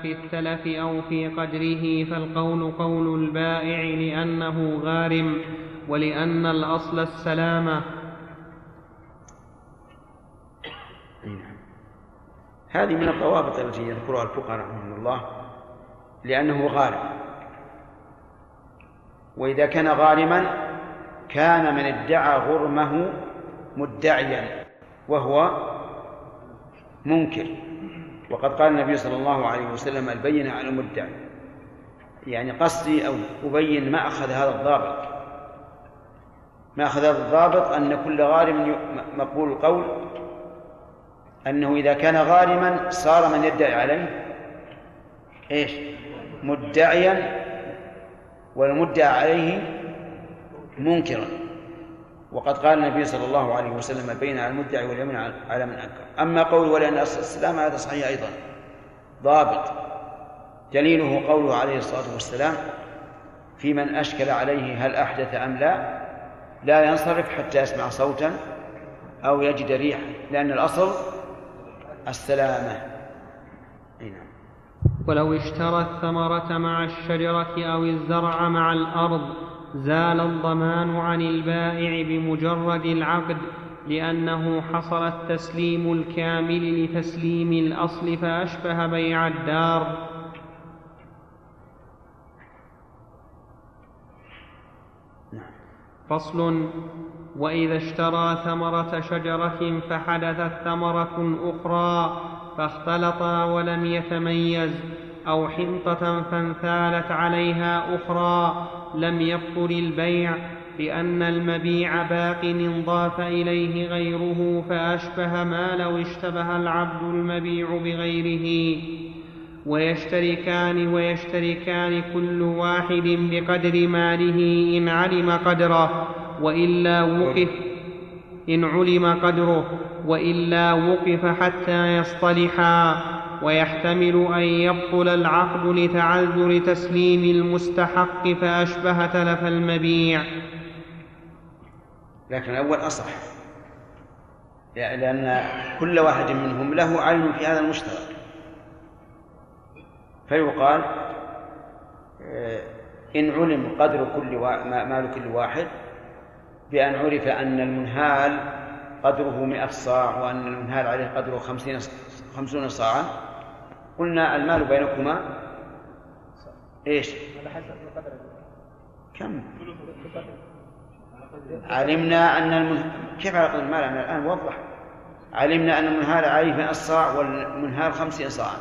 في التلف أو في قدره، فالقول قول البائع لأنه غارم، ولأن الأصل السلامة. هذه من الضوابط التي يذكرها الفقهاء رحمهم الله، لأنه غارم. وإذا كان غارما كان من ادعى غرمه مدعيا وهو منكر، وقد قال النبي صلى الله عليه وسلم البينة على المدعي. يعني قصدي أو أبين ما أخذ هذا الضابط أن كل غارم مقبول القول أنه إذا كان غارما صار من يدعي عليه مدعيا، والمدعى عليه منكرا. وقد قال النبي صلى الله عليه وسلم البينة على المدعي واليمين على من أنكر. أما قول ولأن أصل السلام هذا صحيح أيضا ضابط، دليله قوله عليه الصلاة والسلام في من أشكل عليه هل أحدث أم لا ينصرف حتى يسمع صوتا أو يجد ريحا، لأن الأصل السلامة. ولو اشترى الثمرة مع الشجرة أو الزرع مع الأرض زال الضمان عن البائع بمجرد العقد، لأنه حصل التسليم الكامل لتسليم الأصل فأشبه بيع الدار. فصل: وإذا اشترى ثمرة شجرة فحدثت ثمرة أخرى فاختلطا ولم يتميز، أو حنطة فانثالت عليها أخرى، لم يبطل البيع، لأن المبيع باق انضاف إليه غيره، فأشبه ما لو اشتبه العبد المبيع بغيره. ويشتركان كل واحد بقدر ماله إن علم قدره، وإلا وقف حتى يصطلحا. ويحتمل أن يبطل العقد لتعذر تسليم المستحق، فأشبه تلف المبيع. لكن الأول أصح، لأن كل واحد منهم له عين في هذا المشترك، فيقال إن علم قدر مال كل واحد بأن عرف أن المنهال قدره 100 صاع وأن المنهال عليه قدره 50 صاعا، قلنا المال بينكما كم؟ علمنا أن كيف على قدر المال؟ أنا الآن وضح. علمنا أن المنهال عليه 100 صاع والمنهال 50 صاعا،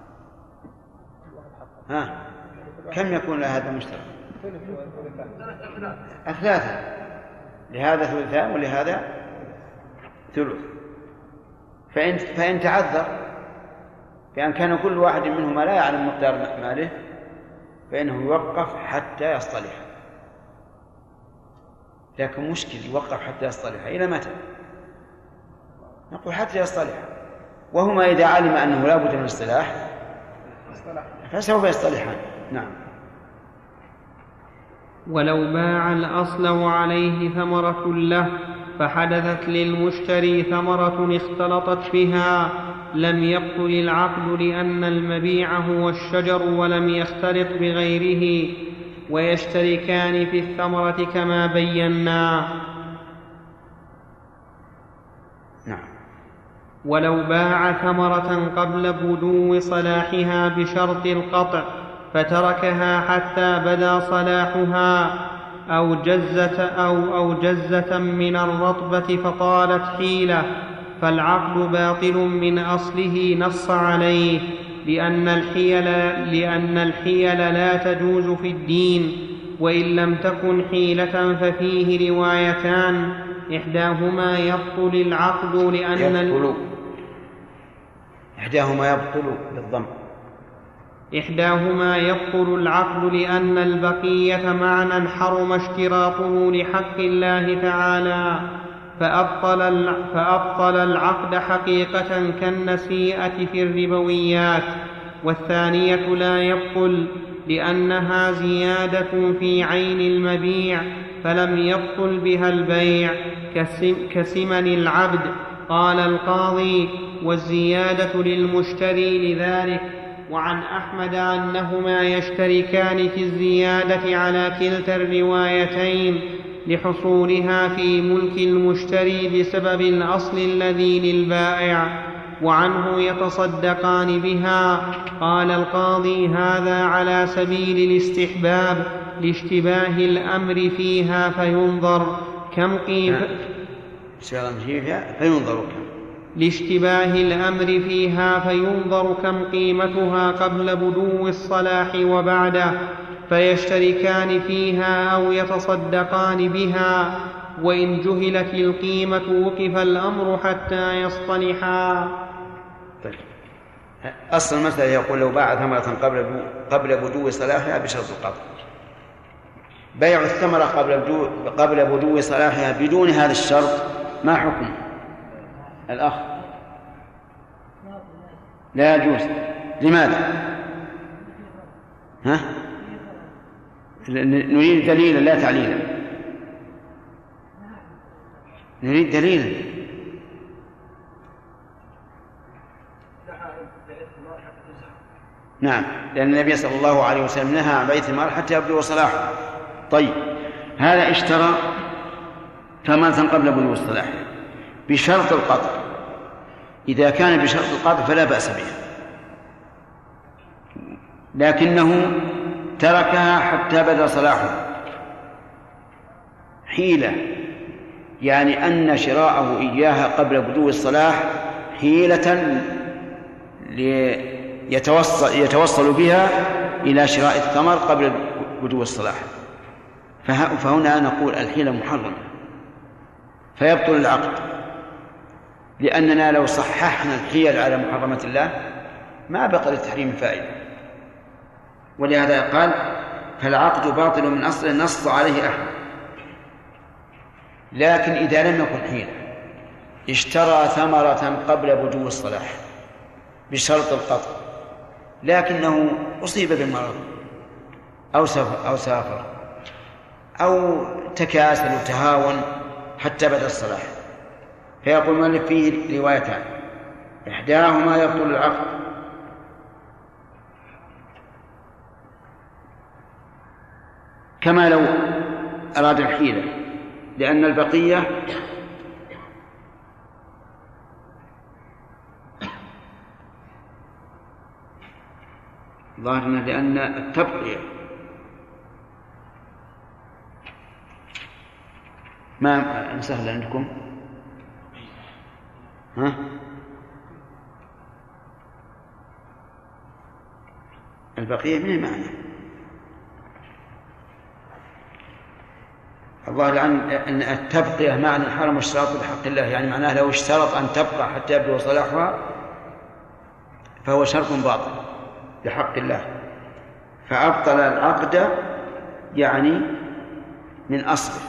كم يكون لهذا المشترك؟ 3. لهذا ثلثان ولهذا ثلث. فإن تعذر بأن كان كل واحد منهما لا يعلم مقدار ماله فإنه يوقف حتى يصطلح. لكن مشكل يوقف حتى يصطلح إلى متى؟ نقول حتى يصطلح، وهما إذا علم أنه لا بد من الاصطلاح فسوف يصطلحان. نعم. ولو باع الأصل وعليه ثمرة له فحدثت للمشتري ثمرة اختلطت بها لم يبطل العقد، لأن المبيع هو الشجر ولم يختلط بغيره، ويشتركان في الثمرة كما بينا. نعم. ولو باع ثمرة قبل بدو صلاحها بشرط القطع فتركها حتى بدا صلاحها، أو جزة من الرطبة فطالت حيلة، فالعقد باطل من أصله نص عليه، لأن الحيل لا تجوز في الدين، وإن لم تكن حيلة ففيه روايتان، إحداهما يبطل العقد إحداهما يبطل العقد لأن البقية معنى حرم اشتراطه لحق الله تعالى، فأبطل العقد حقيقة كالنسيئة في الربويات. والثانية لا يبطل لأنها زيادة في عين المبيع فلم يبطل بها البيع، كسمن العبد. قال القاضي: والزيادة للمشتري لذلك، وعن أحمد أنهما يشتركان في الزيادة على كلتا الروايتين لحصولها في ملك المشتري بسبب الأصل الذي للبائع، وعنه يتصدقان بها. قال القاضي: هذا على سبيل الاستحباب لاشتباه الأمر فيها فينظر كم قيمتها قبل بدو الصلاح وبعده، فيشتركان فيها أو يتصدقان بها، وإن جهلت القيمة وقف الأمر حتى يصطلحا. أصل المسألة يقول: لو باع ثمرة قبل بدو صلاحها بشرط القطع. بيع الثمرة قبل بدو صلاحها بدون هذا الشرط ما حكم الأخ؟ لا يجوز. لماذا؟ نريد دليلا لا تعليلا. نريد دليلا. نعم، لأن النبي صلى الله عليه وسلم نهى عن بيع الثمار حتى يبدو صلاحه. طيب، هذا اشترى ثمرة قبل بلوغ الصلاح بشرط القطع. إذا كان بشرط القطع فلا بأس به، لكنه تركها حتى بدا صلاحه حيلة، يعني أن شراءه إياها قبل بدو الصلاح حيلة يتوصل بها إلى شراء الثمر قبل بدو الصلاح. فهنا نقول الحيلة محرمة فيبطل العقد، لأننا لو صححنا الحيل على محرمة الله ما بقى للتحريم فائدة. ولهذا قال: فالعقد باطل من أصل نص عليه أحمد. لكن إذا لم يكن حيلة، اشترى ثمرة قبل بدو الصلاح بشرط القطع، لكنه أصيب بمرض أو سافر أو تكاسل وتهاون حتى بدا الصلاح، فيقول المؤلف: فيه روايتان، إحداهما يبطل العقد كما لو أراد الحيلة، لأن البقية ظاهرنا، لأن التبقية ما سهل عندكم. البقية من معنى الظاهر أن التبقية معنى حرم الشراط بحق الله، يعني معناه لو اشترط أن تبقى حتى يبدو صلاحها فهو شرط باطل بحق الله، فأبطل العقد يعني من أصله.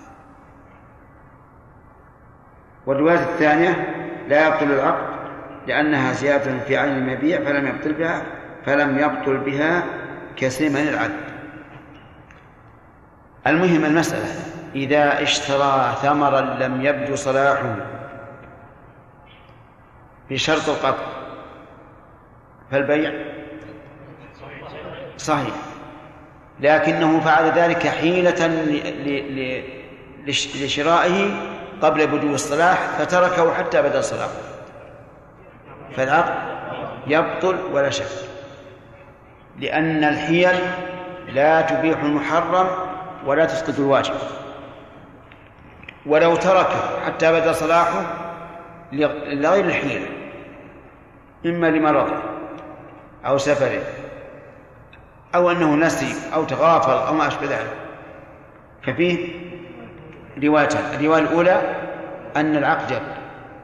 والرواية الثانية: لا يبطل العقد لأنها زيادة في عين المبيع فلم يبطل بها كثمن العقد. المهم المسألة: إذا اشترى ثمرا لم يبدو صلاحه بشرط القطع فالبيع صحيح، لكنه فعل ذلك حيلة لشرائه قبل بدو الصلاح فتركه حتى بدا صلاحه، فالعقد يبطل ولا شك، لأن الحيل لا تبيح المحرم ولا تسقط الواجب. ولو تركه حتى بدا صلاحه لغير الحيلة، إما لمرضه أو سفره أو أنه نسي أو تغافل أو ما أشبه ذلك، ففيه روايتان: الرواية الأولى أن العقد يبطل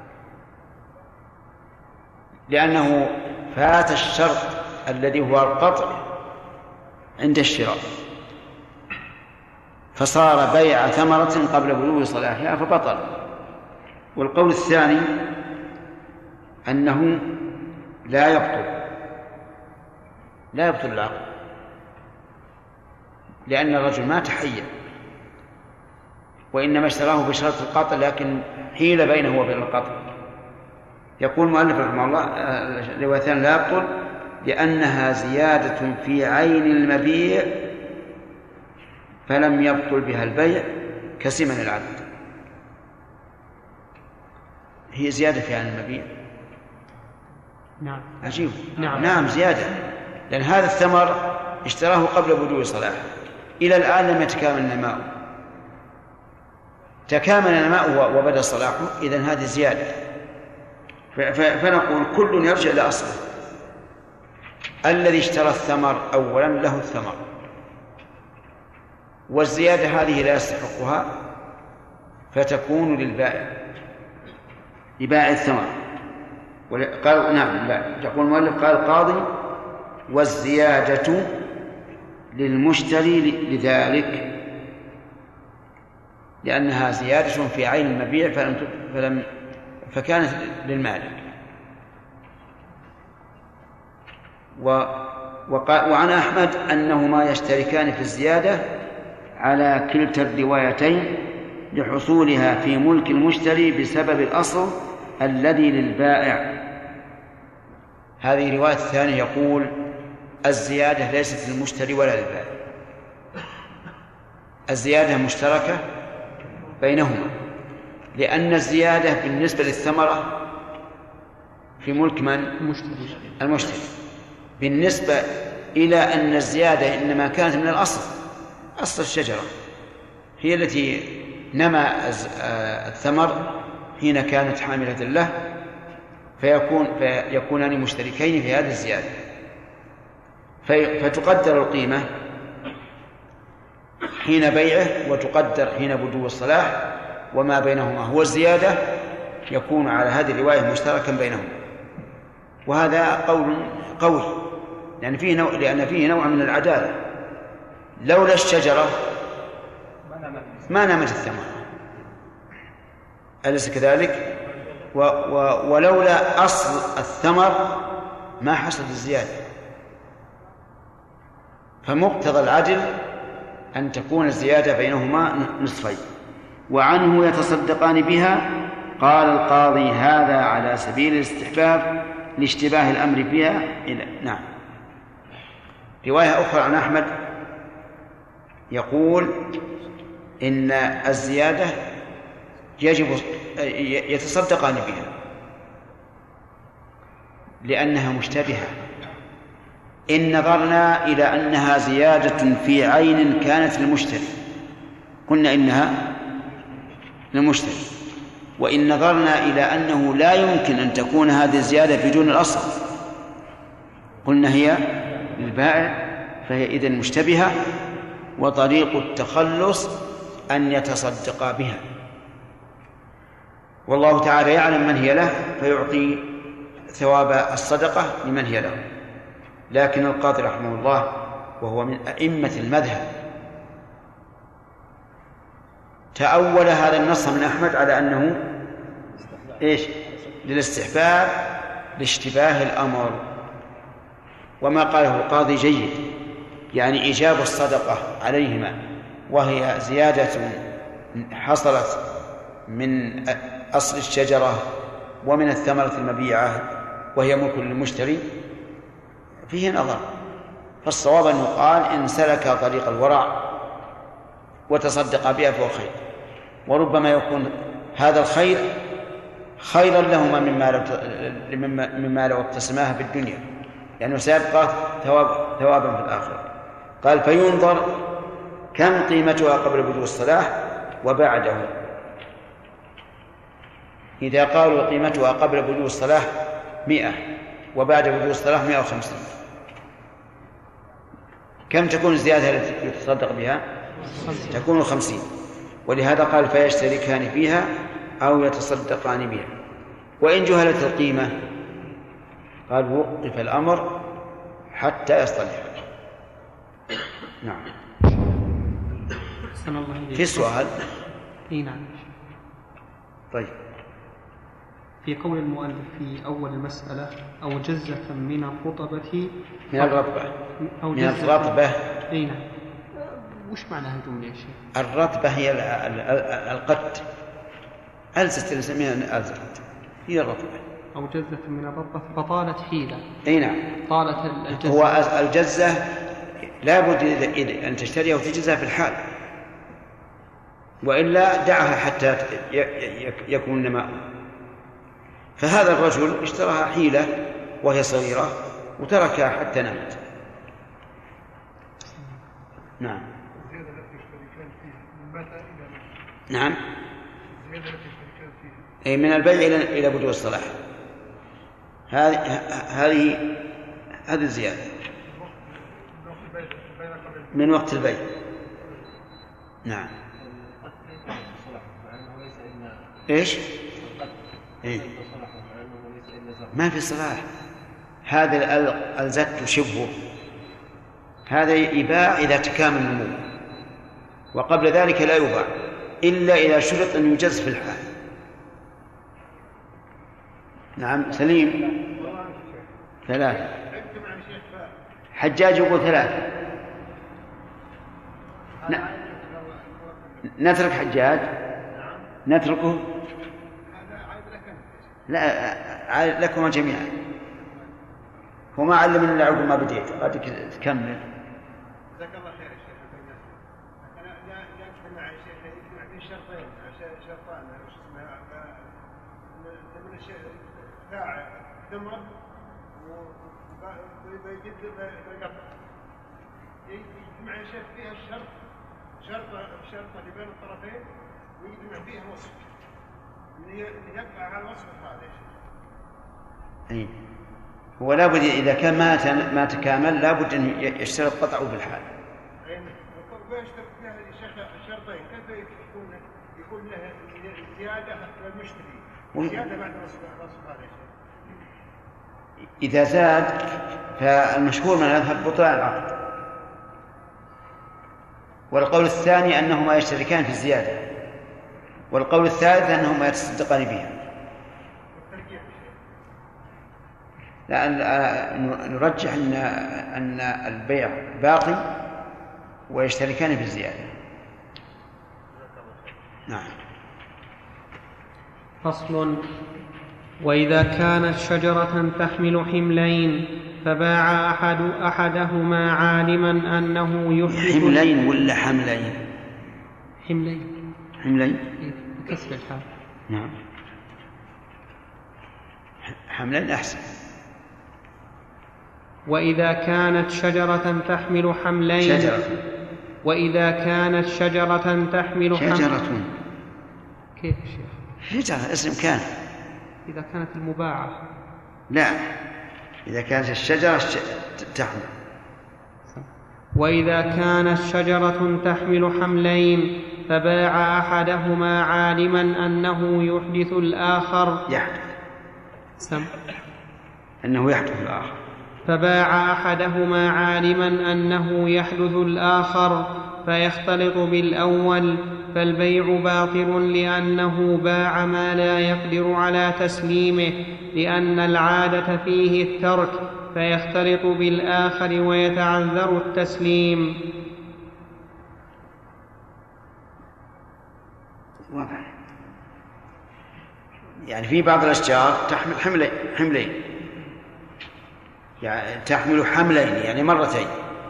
لأنه فات الشرط الذي هو القطع عند الشراء، فصار بيع ثمرة قبل بلوغ صلاحها فبطل. والقول الثاني أنه لا يبطل العقد، لأن الرجل ما تحيل وإنما اشتراه بشرط القطع، لكن حيل بينه وبين القطع. يقول المؤلف رحمه الله: الروايتان لا يبطل لأنها زيادة في عين المبيع فلم يبطل بها البيع كسمن العبد. هي زيادة في عين المبيع. نعم. عجيب. نعم زيادة، لأن هذا الثمر اشتراه قبل بدو صلاحه، إلى الآن لم يتكامل نماؤه. تكامل نماؤه وبدأ صلاحه، إذن هذه زيادة. فنقول كل يرجع إلى أصله. الذي اشترى الثمر أولا له الثمر، والزيادة هذه لا يستحقها فتكون للبائع، لبائع الثمر. قال نعم، لا يقول المؤلف قال القاضي والزيادة للمشتري لذلك، لأنها زيادة في عين المبيع فكانت للمالك. وعن أحمد أنهما يشتركان في الزيادة على كلتا الروايتين لحصولها في ملك المشتري بسبب الأصل الذي للبائع. هذه رواية الثانية يقول الزيادة ليست للمشتري ولا للبائع، الزيادة مشتركة بينهما، لأن الزيادة بالنسبة للثمرة في ملك من؟ المشتري. بالنسبة إلى أن الزيادة إنما كانت من أصل الشجرة، هي التي نما الثمر حين كانت حاملة له، فيكونان مشتركين في هذه الزيادة، فتقدر القيمة حين بيعه وتقدر حين بدو الصلاح، وما بينهما هو الزيادة، يكون على هذه الرواية مشتركا بينهما. وهذا قول قوي، لأن فيه نوع من العدالة. لولا الشجرة ما نمت الثمرة، أليس كذلك؟ ولولا أصل الثمر ما حصلت الزيادة. فمقتضى العدل أن تكون الزيادة بينهما نصفين. وعنه يتصدقان بها. قال القاضي هذا على سبيل الاستحباب لاشتباه الأمر فيها. نعم. رواية أخرى عن أحمد يقول إن الزيادة يجب يتصدقان بها لأنها مشتبهة. إن نظرنا إلى أنها زيادة في عين كانت للمشتري قلنا إنها للمشتري، وإن نظرنا إلى أنه لا يمكن أن تكون هذه الزيادة بدون الأصل قلنا هي للبائع، فهي إذن مشتبهة، وطريق التخلص أن يتصدق بها. والله تعالى يعلم من هي له فيعطي ثواب الصدقة لمن هي له. لكن القاضي رحمه الله وهو من أئمة المذهب تأول هذا النص من أحمد على أنه للاستحباب لاشتباه الأمر. وما قاله القاضي جيد، يعني إيجاب الصدقة عليهما وهي زيادة حصلت من أصل الشجرة ومن الثمرة المبيعة وهي ملك للمشتري فيه نظر. فالصواب أن يقال إن سلك طريق الورع وتصدق بها فهو خير، وربما يكون هذا الخير خيرا لهما مما لو اقتسماها في الدنيا، لأنه سيبقى ثوابا في الآخرة. قال فينظر كم قيمتها قبل بدو الصلاح وبعده. إذا قالوا قيمتها قبل بدو الصلاح 100 وبعد بدو الصلاح 150، كم تكون الزيادة التي يتصدق بها؟ تكون 50. ولهذا قال فيشتركان فيها أو يتصدقان بها. وإن جهلت القيمة قال وقف الأمر حتى يصطلح. نعم. في سؤال؟ نعم. طيب. في قول المؤلف في أول المسألة أو جزة من الرطبة من الرطبة أو من الرطبة. نعم. وش معنى هالجملة يا شيخ؟ الرطبة هي القت، ألزت نسميها ألزت، هي الرطبة. أو جزة من الرطبة فطالت حيلة. أي نعم. طالت الجزة. هو الجزة لا بد أن تشتريها وتجزها في الحال، وإلا دعها حتى يكون نماء. فهذا الرجل اشتراها حيلة وهي صغيرة وتركها حتى نامت. نعم. نعم. أي من البيع إلى بدو الصلاح. هذه الزيادة من وقت البيع. نعم. إيش؟ إيه؟ ما في صلاح، هذا الزت شبهه، هذا يباع إذا تكامل النمو، وقبل ذلك لا يباع إلا إذا شرط أن يجز في الحال. نعم. سليم. 3. حجاج يقول 3. نترك حجاج، نتركه. لا، لكم جميعا. هو ما علمنا إلا عقب ما بديت، غادك تكمل. جزاك الله خير يا شيخ. أنا لا أجتمع يا شيخ، يجتمع بين شرطان وش اسمها من الشيء باع ثمرة ويجد القطع، يجتمع يا شيخ فيها شرطة لبين الطرفين، ويجتمع فيها وصف يقع على الوصف هذا يا شيخ. هو لابد إذا كان ما تكامل لابد أن يشترط قطعه بالحال. ويشترط فيها الشرطين، كيف يكون له زيادة للمشتري، زيادة بعد الوصف هذا يا شيخ. إذا زاد فالمشهور من يذهب بطلان العقد، والقول الثاني أنهما يشتركان في الزيادة، والقول الثالث أنهما يتصدقان بها. لا، نرجح أن البيع باقي ويشتركان في الزيادة. نعم. فصل. وإذا كانت شجرة تحمل حملين فباع أحدهما عالما أنه يحدث. حملين ولا حملين؟ حملين بكسر الحال. نعم. حملين أحسن. وإذا كانت شجرة تحمل حملين. وإذا كانت شجرة تحمل شجرة. كيف يا شيخ؟ شجرة اسم كان. إذا كانت المباعة. لا، إذا كانت الشجرة تحمل. وإذا كانت شجرة تحمل حملين فباع أحدهما عالما أنه يحدث الآخر. أنه يحدث الآخر. فباع أحدهما عالما أنه يحدث الآخر فيختلط بالأول، فالبيع باطل لأنه باع ما لا يقدر على تسليمه، لأن العادة فيه الترك، فيختلط بالآخر ويتعذر التسليم. واضح. يعني في بعض الأشجار تحمل حملين، يعني تحمل حملين يعني مرتين،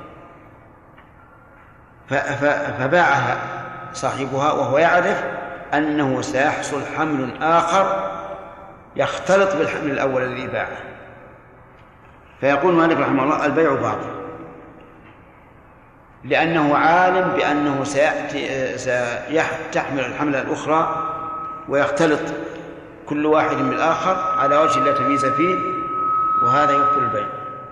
فباعها صاحبها وهو يعرف أنه سيحصل حمل آخر يختلط بالحمل الأول الذي باعه، فيقول مالك رحمه الله البيع باطل، لأنه عالم بأنه سيحمل الحملة الأخرى ويختلط كل واحد بالآخر على وجه لا تمييز فيه، وهذا يبطل البيع.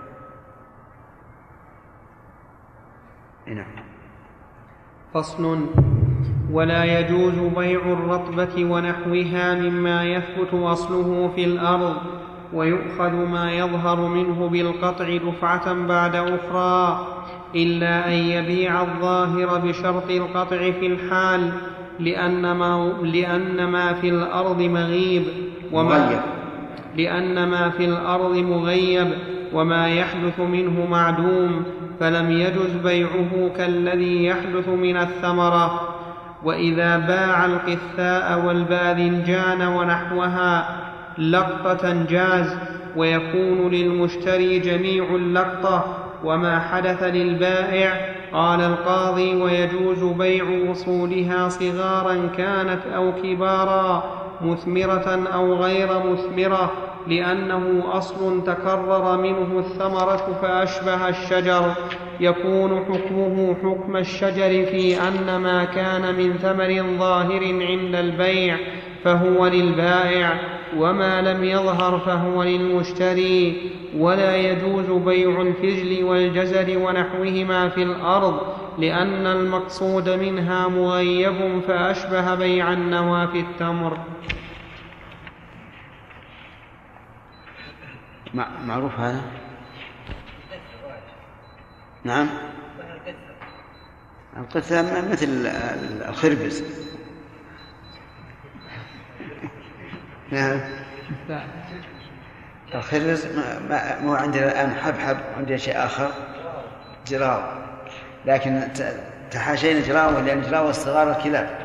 نعم. فصل. ولا يجوز بيع الرطبة ونحوها مما يثبت أصله في الأرض ويؤخذ ما يظهر منه بالقطع دفعة بعد أخرى، إلا أن يبيع الظاهر بشرط القطع في الحال، لأن ما في الأرض مغيب وما يحدث منه معدوم، فلم يجز بيعه كالذي يحدث من الثمرة. وإذا باع القثاء والباذنجان ونحوها لقطة جاز، ويكون للمشتري جميع اللقطة وما حدث للبائع. قال القاضي: ويجوز بيع أصولها صغارا كانت أو كبارا، مثمرة أو غير مثمرة، لأنه أصل تكرر منه الثمرة فأشبه الشجر، يكون حكمه حكم الشجر في أن ما كان من ثمر ظاهر عند البيع فهو للبائع، وما لم يظهر فهو للمشتري. ولا يجوز بيع الفجل والجزر ونحوهما في الأرض، لأن المقصود منها مغيب فأشبه بيع النوى في التمر. معروف هذا؟ نعم. القثة مثل الخربز. نعم. الخربز مو عندنا الآن حبحب، عندنا شيء آخر جراو، لكن تحاشينا جراو لأن جراو الصغار الكلاب.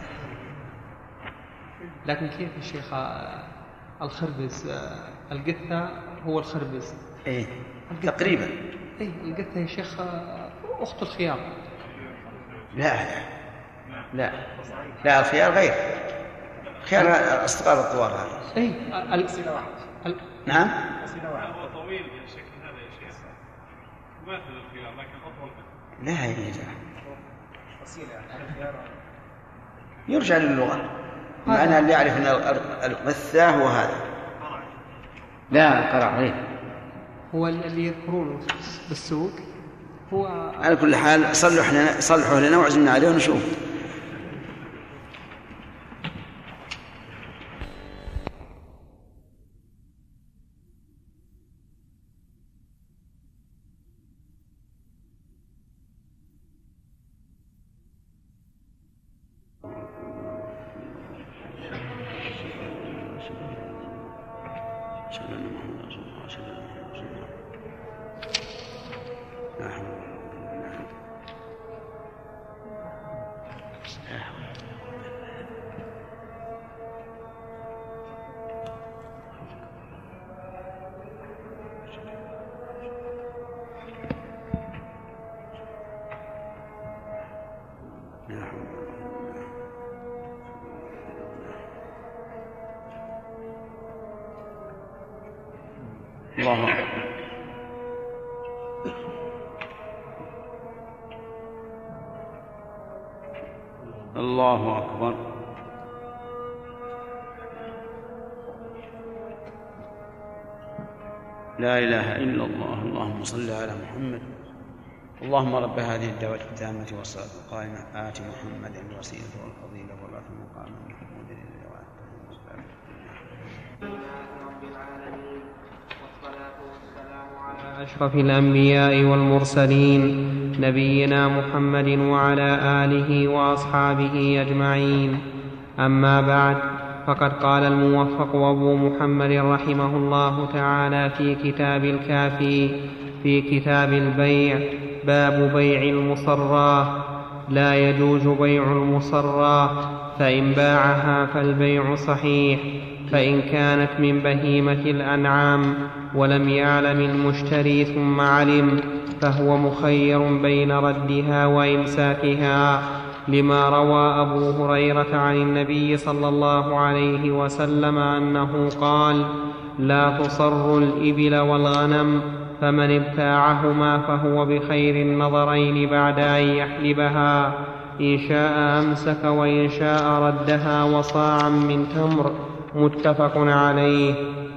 لكن كيف يا شيخ الخربز؟ القثة هو الخربز. إيه تقريبا. إيه القثة يا شيخ أخت الخيار. لا الخيار غير خيار الصغار الطوال هذا. إيه نعم. هو طويل بالشكل هذا يا شيخ، مثل الخيار لكن أطول. لا يرجع للغة، معنى اللي يعرف أن القثة هو هذا. لا القرع غير، هو اللي يذكرونه بالسوق. هو على كل حال صلحوا لنا وعزمنا عليه ونشوف. الله أكبر. الله أكبر. لا إله إلا الله. اللهم صل على محمد. اللهم رب هذه الدعوة التامة والصلاة القائمة آت محمد الوسيلة والفضيلة والبعث مقاما محمود الذي وعدته. أشرف الأنبياء والمرسلين نبينا محمد وعلى آله وأصحابه أجمعين. أما بعد، فقد قال الموفق أبو محمد رحمه الله تعالى في كتاب الكافي في كتاب البيع: باب بيع المصراه. لا يجوز بيع المصراه، فإن باعها فالبيع صحيح، فإن كانت من بهيمة الأنعام ولم يعلم المشتري ثم علم فهو مخير بين ردها وإمساكها، لما روى أبو هريرة عن النبي صلى الله عليه وسلم أنه قال: لا تصر الإبل والغنم، فمن ابتاعهما فهو بخير النظرين بعد أن يحلبها، إن شاء أمسك وإن شاء ردها وصاعا من تمر. متفق عليه.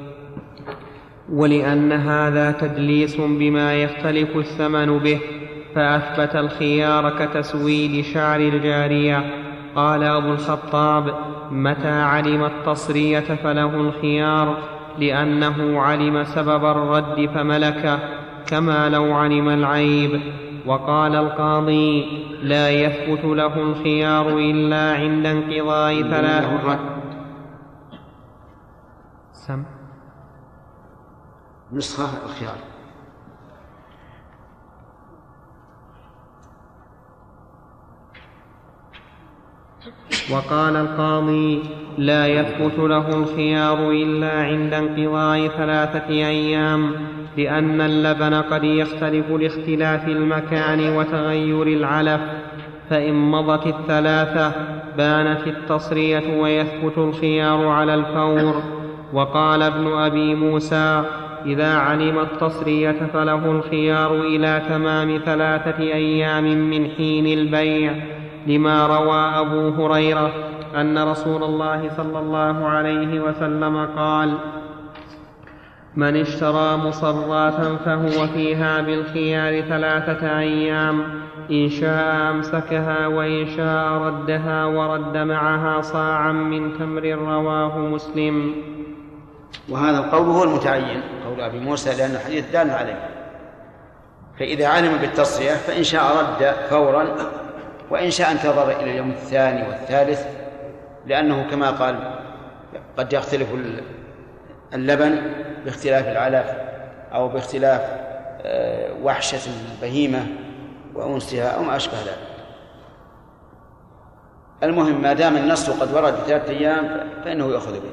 ولأن هذا تدليس بما يختلف الثمن به، فأثبت الخيار كتسويد شعر الجارية. قال أبو الخطاب: متى علم التصرية فله الخيار، لأنه علم سبب الرد فملكه، كما لو علم العيب. وقال القاضي: لا يثبت له الخيار إلا عند انقضاء 3 نسخة الخيار. وقال القاضي: لا يثبت له الخيار إلا عند انقضاء 3 أيام، لأن اللبن قد يختلف لاختلاف المكان وتغير العلف، فإن مضت 3 بانت التصرية ويثبت الخيار على الفور. وقال ابن أبي موسى: إذا علم التصرية فله الخيار إلى تمام 3 أيام من حين البيع، لما روى أبو هريرة أن رسول الله صلى الله عليه وسلم قال: من اشترى مصراة فهو فيها بالخيار 3 أيام، إن شاء أمسكها وإن شاء ردها، ورد معها صاعا من تمر. رواه مسلم. وهذا القول هو المتعين، قول أبي موسى، لأن الحديث دال عليه. فإذا علم بالتصرية فإن شاء رد فورا، وإن شاء انتظر إلى اليوم 2 و3، لأنه كما قال قد يختلف اللبن باختلاف العلف أو باختلاف وحشة البهيمة وأنسها أو ما أشبه ذلك. المهم ما دام النص قد ورد 3 أيام فإنه يأخذ به.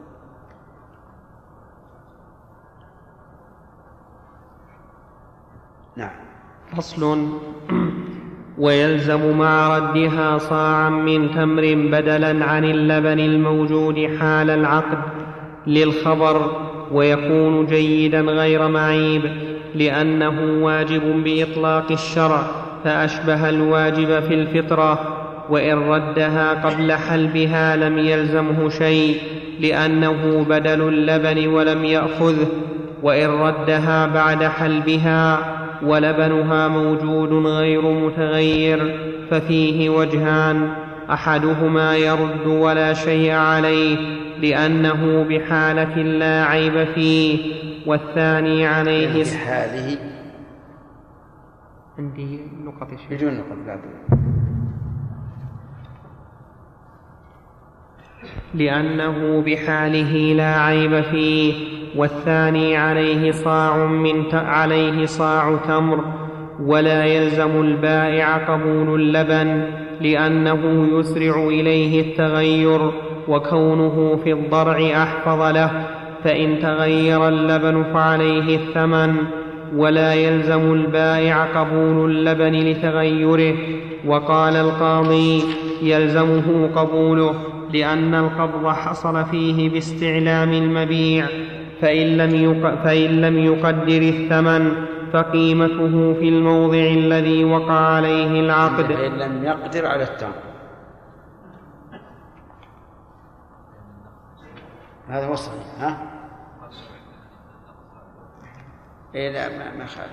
نعم. فصل: ويلزم مع ردها صاعا من تمر بدلا عن اللبن الموجود حال العقد للخبر، ويكون جيدا غير معيب، لأنه واجب بإطلاق الشرع، فأشبه الواجب في الفطرة. وإن ردها قبل حلبها لم يلزمه شيء، لأنه بدل اللبن ولم يأخذه. وإن ردها بعد حلبها ولبنها موجود غير متغير ففيه وجهان: أحدهما يرد ولا شيء عليه لأنه بحالة لا عيب فيه، والثاني عليه بحاله. عندي نقطة بدون نقطة لا لأنه بحاله لا عيب فيه، والثاني عليه صاع تمر. ولا يلزم البائع قبول اللبن، لأنه يسرع إليه التغير، وكونه في الضرع أحفظ له، فإن تغير اللبن فعليه الثمن. ولا يلزم البائع قبول اللبن لتغيره. وقال القاضي: يلزمه قبوله، لأن القبض حصل فيه باستعلام المبيع، فإن لم يقدر الثمن فقيمته في الموضع الذي وقع عليه العقد. فإن لم يقدر على التمر، هذا هو الصحيح. ها؟ إيه لا ما خالف.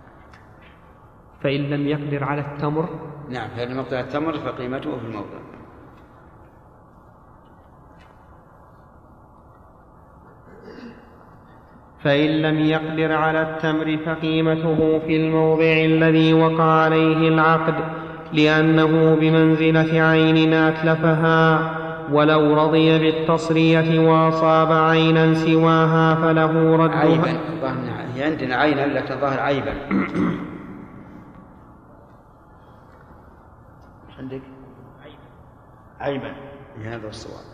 فإن لم يقدر على التمر، نعم، فإن لم يقدر على التمر فقيمته في الموضع. فإن لم يقدر على التمر فقيمته في الموضع الذي وقع عليه العقد، لأنه بمنزلة عين أتلفها. ولو رضي بالتصرية وأصاب عينا سواها فله ردها. عيبا، هي عندنا عينا لكن ظاهر عيبا. عندك عيبا، هذا الصواب.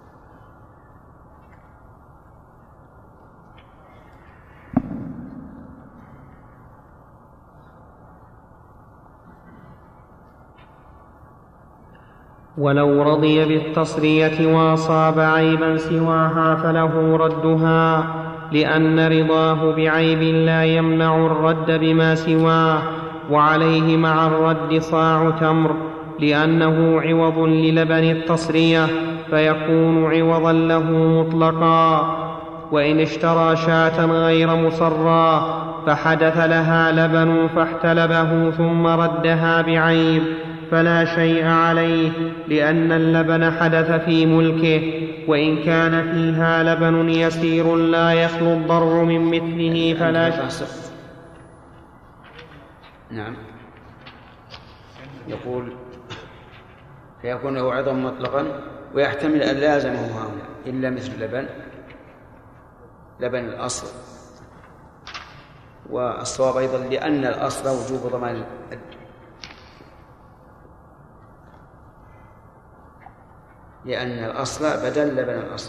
ولو رضي بالتصرية وأصاب عيبا سواها فله ردها، لأن رضاه بعيب لا يمنع الرد بما سواه. وعليه مع الرد صاع تمر، لأنه عوض للبن التصرية، فيكون عوضا له مطلقا. وإن اشترى شاة غير مصراه فحدث لها لبن فاحتلبه ثم ردها بعيب فلا شيء عليه، لأن اللبن حدث في ملكه. وإن كان فيها لبن يسير لا يخلو الضرع من مثله فلا شيء. نعم. يقول فيكون له عوضا مطلقا، ويحتمل أن لا يلزمه هنا إلا مثل لبن الأصل. والصواب أيضا لأن الأصل وجوب ضمان لأن الأصل بدل لبن الأصل.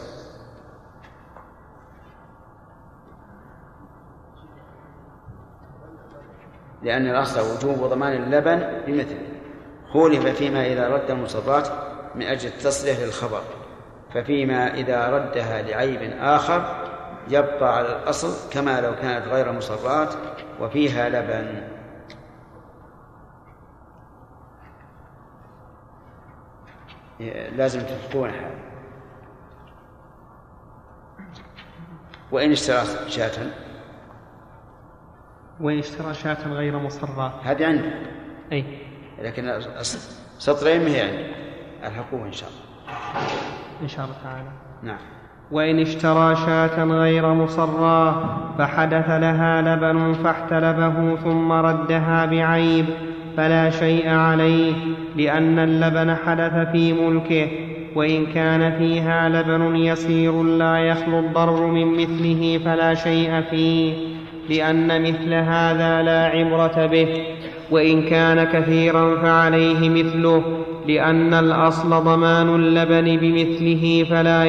لأن الأصل وجوب ضمان اللبن بمثله، خولف فيما إذا رد المصرات من أجل التصليح للخبر، ففيما إذا ردها لعيب آخر يبقى على الأصل كما لو كانت غير مصرات وفيها لبن. لازم تفقون هذا. وإن اشترى شاة، وإن اشترى شاة غير مصرات، هذه عندي أي، لكن سطرين ما هي عندي، الحقوه إن شاء الله إن شاء الله تعالى. نعم. وإن اشترى شاة غير مصراه فحدث لها لبن فاحتلبه ثم ردها بعيب فلا شيء عليه، لأن اللبن حدث في ملكه، وإن كان فيها لبن يسير لا يخلو الضرر من مثله فلا شيء فيه، لأن مثل هذا لا عبرة به، وإن كان كثيرا فعليه مثله، لأن الأصل ضمان اللبن بمثله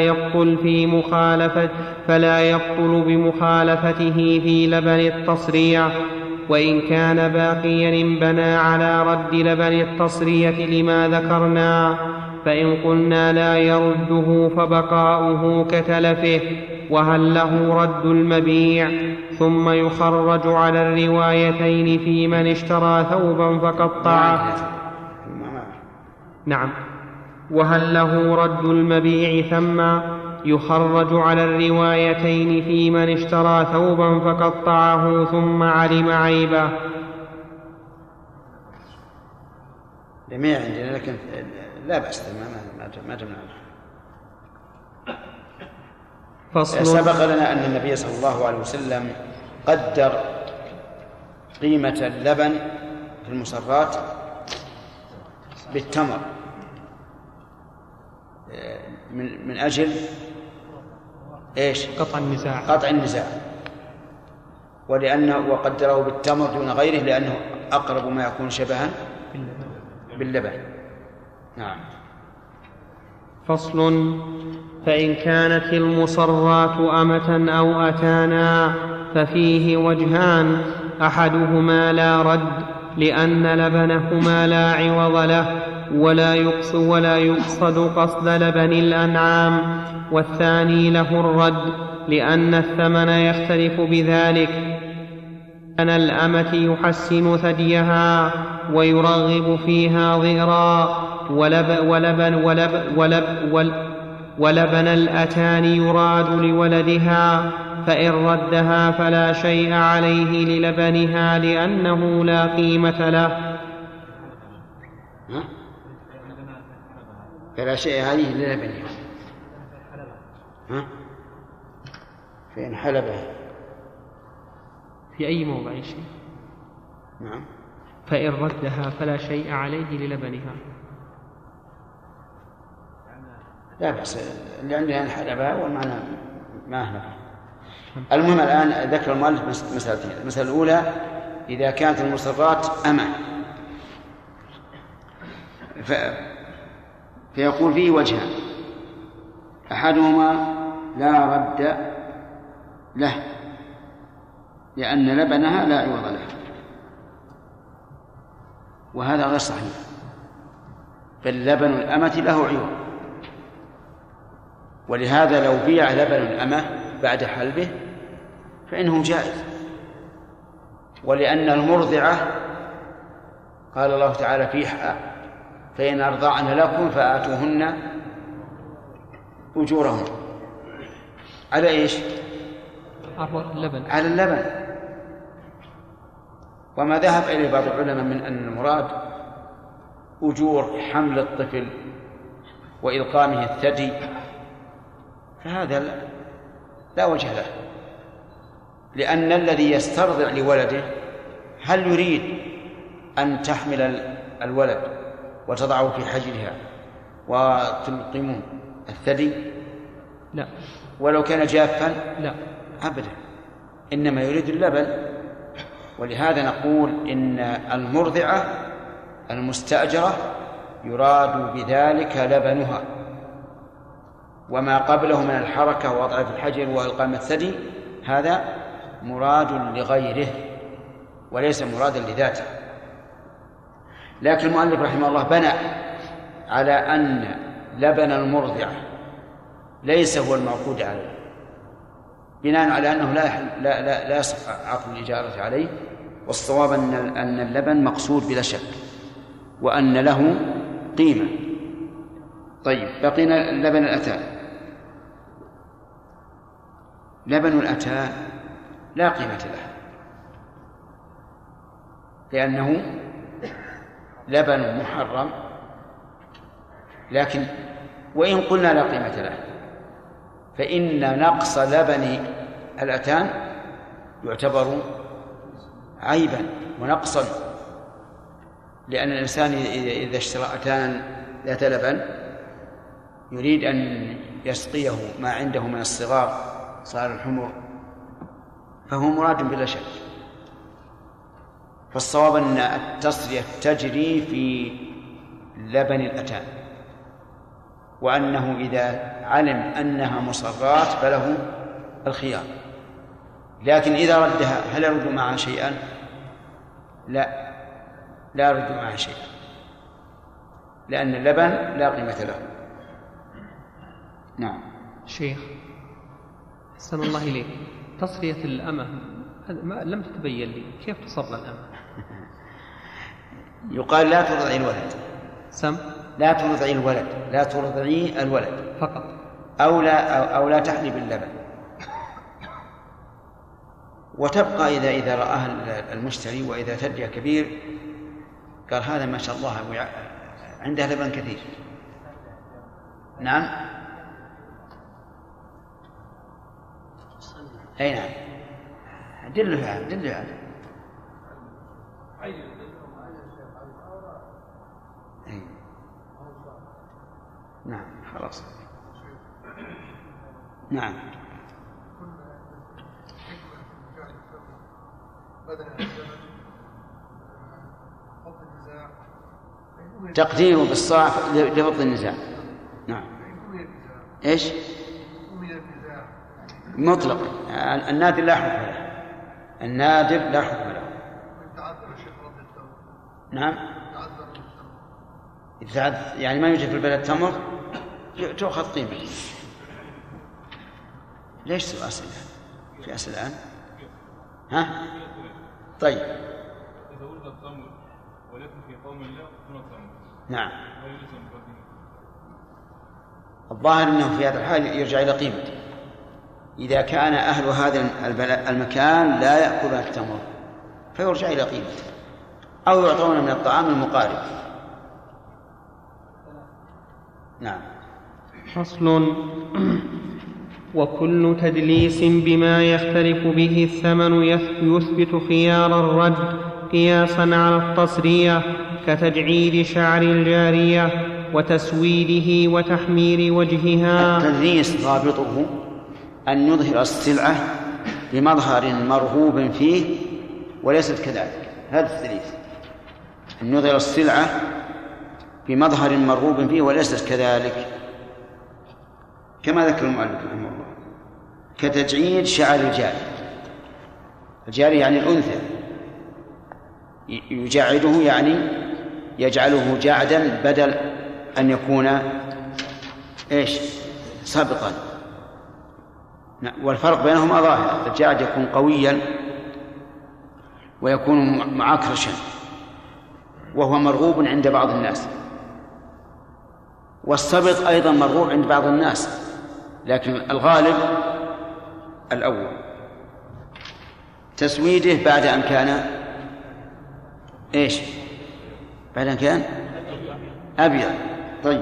فلا يبطل بمخالفته في لبن التصريع. وإن كان باقيا انبنى على رد لبن التصرية لما ذكرنا، فإن قلنا لا يرده فبقاؤه كتلفه. وهل له رد المبيع؟ ثم يخرج على الروايتين في من اشترى ثوبا فقطعه. نعم. وهل له رد المبيع؟ ثم يخرج على الروايتين في من اشترى ثوبا فقطعه ثم علم عيبه. جميع عندنا، لكن لا بأس، ما تمنع. سبق لنا أن النبي صلى الله عليه وسلم قدر قيمة اللبن في المصرات بالتمر من أجل إيش؟ قطع النزاع. وقدره بالتمر دون غيره لأنه أقرب ما يكون شبها باللبن. نعم. فصل. فإن كانت المصرات أمة أو أتانا ففيه وجهان، أحدهما لا رد لأن لبنهما لا عوض له ولا يقصد قصد لبن الأنعام، والثاني له الرد لأن الثمن يختلف بذلك، أن الأمة يحسن ثديها ويرغب فيها ظئرا، ولبن الأتان يراد لولدها، فإن ردها فلا شيء عليه للبنها لأنه لا قيمة له. فلا شيء عليه للبنها فإن حلبها في أي موضع شيء. نعم. فإن ردها فلا شيء عليه للبنها. لا بأس، اللي عندنا أن حلبها والمعنى ما هنا. المهم الآن ذكر المؤلف مسألتين. المسألة الأولى إذا كانت المصرات أمة فيقول فيه وجهان، أحدهما لا رد له لأن لبنها لا عوض له، وهذا غير صحيح، فاللبن الأمة له عوض، ولهذا لو بيع لبن الأمة بعد حلبه فإنه جائز. ولأن المرضعة قال الله تعالى فيها فإن أرضعن لكم فآتوهن أجورهن على إيش؟ على اللبن. وما ذهب إليه بعض العلماء من أن المراد أجور حمل الطفل وإلقامه الثدي، فهذا لا وجه له، لأن الذي يسترضع لولده هل يريد أن تحمل الولد وتضعه في حجرها وتلقمه الثدي؟ لا. ولو كان جافا؟ لا أبدا، إنما يريد اللبن. ولهذا نقول إن المرضعة المستأجرة يراد بذلك لبنها وما قبله من الحركة ووضع في الحجر وإلقام الثدي هذا مراد لغيره وليس مرادا لذاته. لكن المؤلف رحمه الله بنى على أن لبن المرضع ليس هو المعقود عليه، بناء على أنه لا يصح عقد الإجارة عليه، والصواب أن اللبن مقصود بلا شك وأن له قيمة. طيب بقينا لبن الأتان. لبن الأتان لا قيمة له لأنه لبن محرم، لكن وإن قلنا لا قيمة له فإن نقص لبن الأتان يعتبر عيبا ونقصا، لأن الإنسان إذا اشترى أتانا ذات لبن يريد أن يسقيه ما عنده من الصغار صار الحمر فهو مراد بلا شك. فالصواب أن التصرية تجري في لبن الأتان، وأنه إذا علم أنها مصرات فله الخيار. لكن إذا ردها هل يرد معها شيئا؟ لا يرد معها شيئا، لأن اللبن لا قيمة له. نعم. شيخ أحسن الله إليك، تصرية الأمة لم تتبين لي كيف تصر الأمة؟ يقال لا ترضعي الولد. لا ترضعي الولد، لا ترضعي الولد فقط، أو لا تحلب اللبن، وتبقى إذا رآها المشتري وإذا ثدي كبير قال هذا ما شاء الله عنده لبن كثير. نعم. أي نعم. دله عليه. نعم خلاص. نعم. تقديره بالصاع لفض النزاع. نعم. ايش؟ مطلق. النادر لا حكم له. النادر لا حكم له. نعم. إذا يعني ما يوجد في البلد تمر تأخذ قيمة. ليش سؤال في أسئلة الآن؟ ها؟ طيب. إذا ولد التمر ولكن في قوم لا يأكلون التمر. نعم. الظاهر أنه في هذا الحال يرجع إلى قيمته. إذا كان أهل هذا المكان لا يأكلون التمر فيرجع إلى قيمته، أو يعطون من الطعام المقارب. نعم. فصل. وكل تدليس بما يختلف به الثمن يثبت خيار الرد قياسا على التصرية، كتجعيد شعر الجارية وتسويده وتحمير وجهها. التدليس ضابطه أن يظهر السلعة بمظهر مرغوب فيه وليست كذلك. هذا التدليس، أن يظهر السلعة بمظهر مرغوب فيه وليست كذلك، كما ذكر المؤلف رحمه الله. كتجعيد شعر الجاري يعني الأنثى، يجعده يعني يجعله جعدا بدل أن يكون سابقا. والفرق بينهما ظاهر. الجعد يكون قويا ويكون معكرشا وهو مرغوب عند بعض الناس، والسبط أيضا مرغوب عند بعض الناس، لكن الغالب الأول. تسويده بعد أن كان بعد أن كان أبيض. طيب.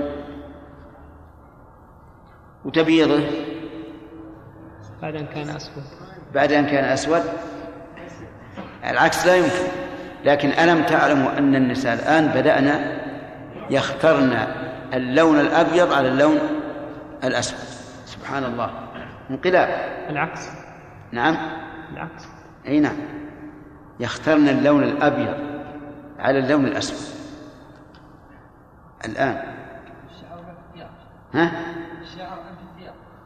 وتبييضه بعد أن كان أسود. بعد أن كان أسود. العكس لا يمكن. لكن ألم تعلموا أن النساء الآن بدأنا يخترن اللون الأبيض على اللون الأسود؟ سبحان الله، انقلاب. العكس. نعم العكس. أي نعم، يخترن اللون الأبيض على اللون الأسود الآن. ها؟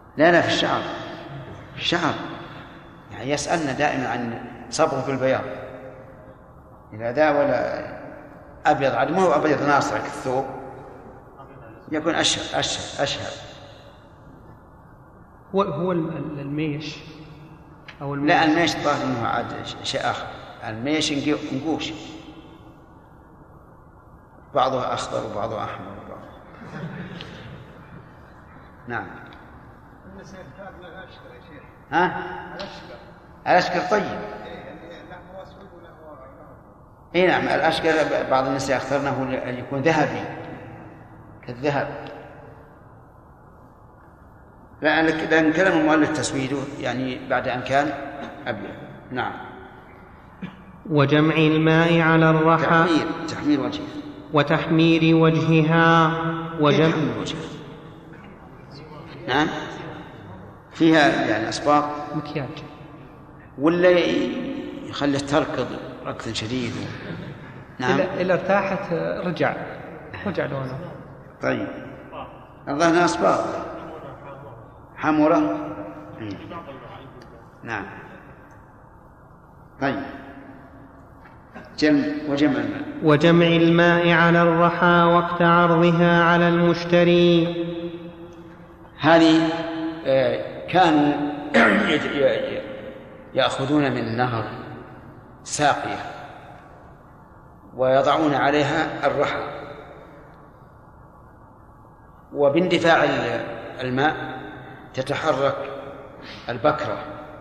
لا في الشعر، في الشعر. يعني يسألنا دائما عن صبغه في البياض، إذا ذا ولا أبيض عاد ما هو أبيض ناصع كالثوب، يكون أشهر. هو الميش أو لا الميش ظاهر أنه عاد شيء آخر. الميش نقوش، بعضها أخضر وبعضها أحمر وبعضها. نعم. ها؟ الأشقر طيب. اي نعم الأشقر بعض الناس يختارنه أن يكون ذهبي كالذهب. لأن كلام المؤلف تسويده يعني بعد أن كان أبيض. نعم. وجمع الماء على الرحى، تحمير وجهها وتحمير وجهها وجمع وجهها. نعم فيها يعني أسباب مكياج، ولا يخليه تركض ركض شديد. نعم إلا ارتاحت رجع لونه. طيب الظاهر أسباب حمرة. نعم. طيب وجمع الماء على الرحى وقت عرضها على المشتري. هذه كانوا يأخذون من النهر ساقية ويضعون عليها الرحى، وباندفاع الماء تتحرك البكرة،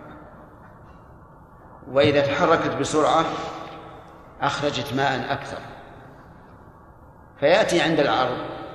وإذا تحركت بسرعة أخرجت ماء أكثر، فيأتي عند العرض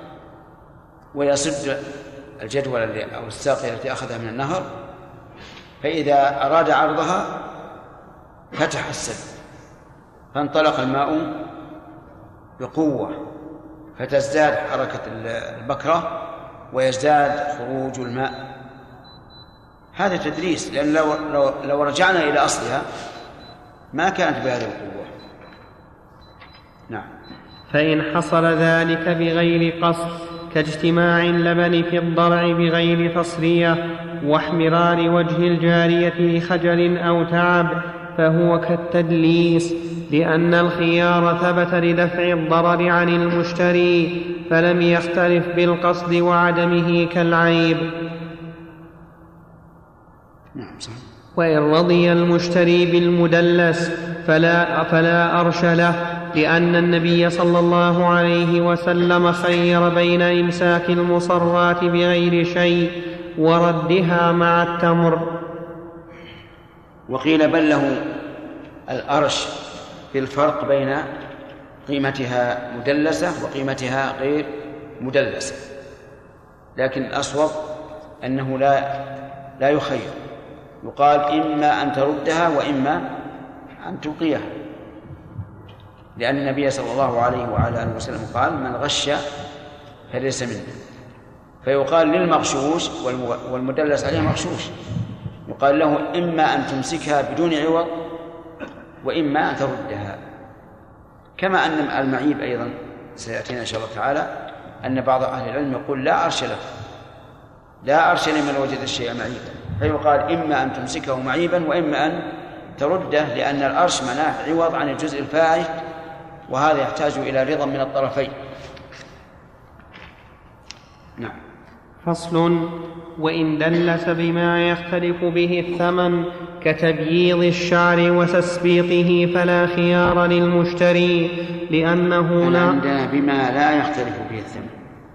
ويصد الجدول أو الساقية التي أخذها من النهر، فإذا أراد عرضها فتح السد فانطلق الماء بقوة، فتزداد حركة البكرة ويزداد خروج الماء. هذا تدريس، لأن لو رجعنا إلى أصلها ما كانت بهذه القوة. نعم. فإن حصل ذلك بغير قصد كاجتماع اللبن في الضرع بغير تصرية واحمرار وجه الجارية لخجل أو تعب فهو كالتدليس، لأن الخيار ثبت لدفع الضرر عن المشتري فلم يختلف بالقصد وعدمه كالعيب. وإن رضي المشتري بالمدلس فلا أرش له، لأن النبي صلى الله عليه وسلم خير بين إمساك المصرات بغير شيء وردها مع التمر. وقيل بل له الأرش بالفرق بين قيمتها مدلسة وقيمتها غير مدلسة، لكن الأصوب أنه لا يخير، يقال إما أن تردها وإما أن تبقيها، لأن النبي صلى الله عليه وعلى آله وسلم قال من غش فليس منه، فيقال للمغشوش والمدلس عليه مغشوش يقال له إما أن تمسكها بدون عوض وإما أن تردها. كما أن المعيب أيضا سيأتينا إن شاء الله تعالى أن بعض أهل العلم يقول لا أرش لمن وجد الشيء معيبا، فيقال إما أن تمسكه معيبا وإما أن ترده، لأن الأرش معناه عوض عن الجزء الفائت، وهذا يحتاج إلى رضا من الطرفين. نعم. فصل. وإن دلس بما يختلف به الثمن كتبييض الشعر وتسبيطه فلا خيار للمشتري، لأنه لا عندنا بما لا يختلف به الثمن.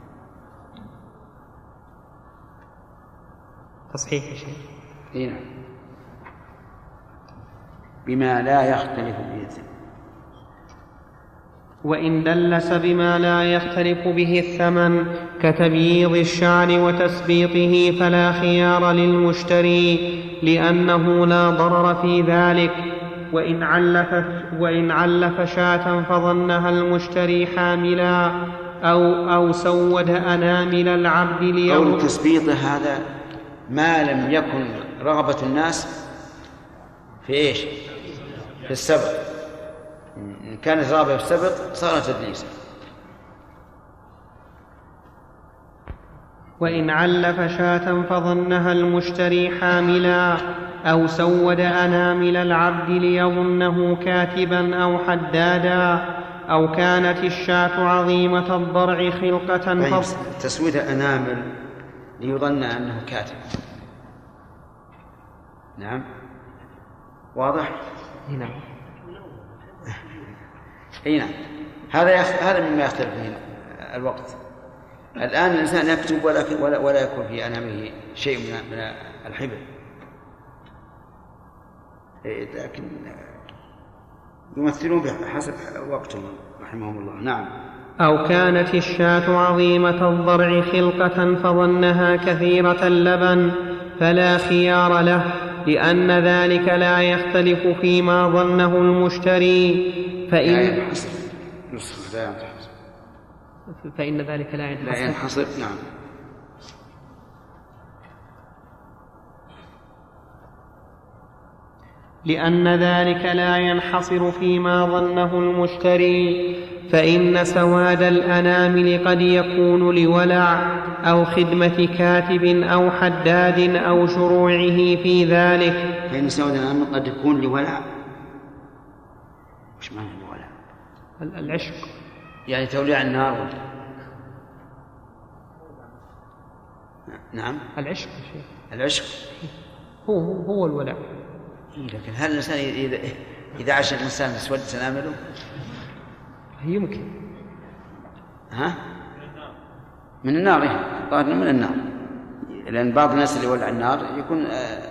تصحيح يا شيخ. نعم. بما لا يختلف به الثمن. وإن دلس بما لا يختلف به الثمن كتبييض الشعر وتسبيطه فلا خيار للمشتري، لأنه لا ضرر في ذلك. وإن علف شاة فظنها المشتري حاملا أو سود أنامل العبد قول التسبيط هذا ما لم يكن رغبة الناس في إيش؟ في السبط. إن كانت رغبة في السبط صار تدليسا. وإن علف شاة فظنها المشتري حاملا أو سود أنامل العبد ليظنه كاتبا أو حدادا أو كانت الشاة عظيمة الضرع خلقة تسويد أنامل ليظن أنه كاتب. نعم واضح. نعم. اي نعم. هذا مما يختلف فيه الوقت. الآن الإنسان يكتب ولا يكون في أنامله شيء من الحبر، لكن يمثلون بحسب وقتهم رحمهم الله. نعم. أو كانت الشاة عظيمة الضرع خلقة فظنها كثيرة اللبن فلا خيار له، لأن ذلك لا يختلف فيما ظنه المشتري، فإن ذلك لا ينحصر. نعم. لأن ذلك لا ينحصر فيما ظنه المشتري، فإن سواد الأنامل قد يكون لولع أو خدمة كاتب أو حداد أو شروعه في ذلك. فإن سواد الأنامل قد يكون لولع. وش معنى الولع؟ العشق، يعني توليع النار. نعم. العشق يا شيخ. العشق هو الولع. لكن هل الإنسان إذا عاش الإنسان اسود أنامله؟ يمكن. ها؟ من النار. طاهر من النار، لأن بعض الناس اللي يولع النار يكون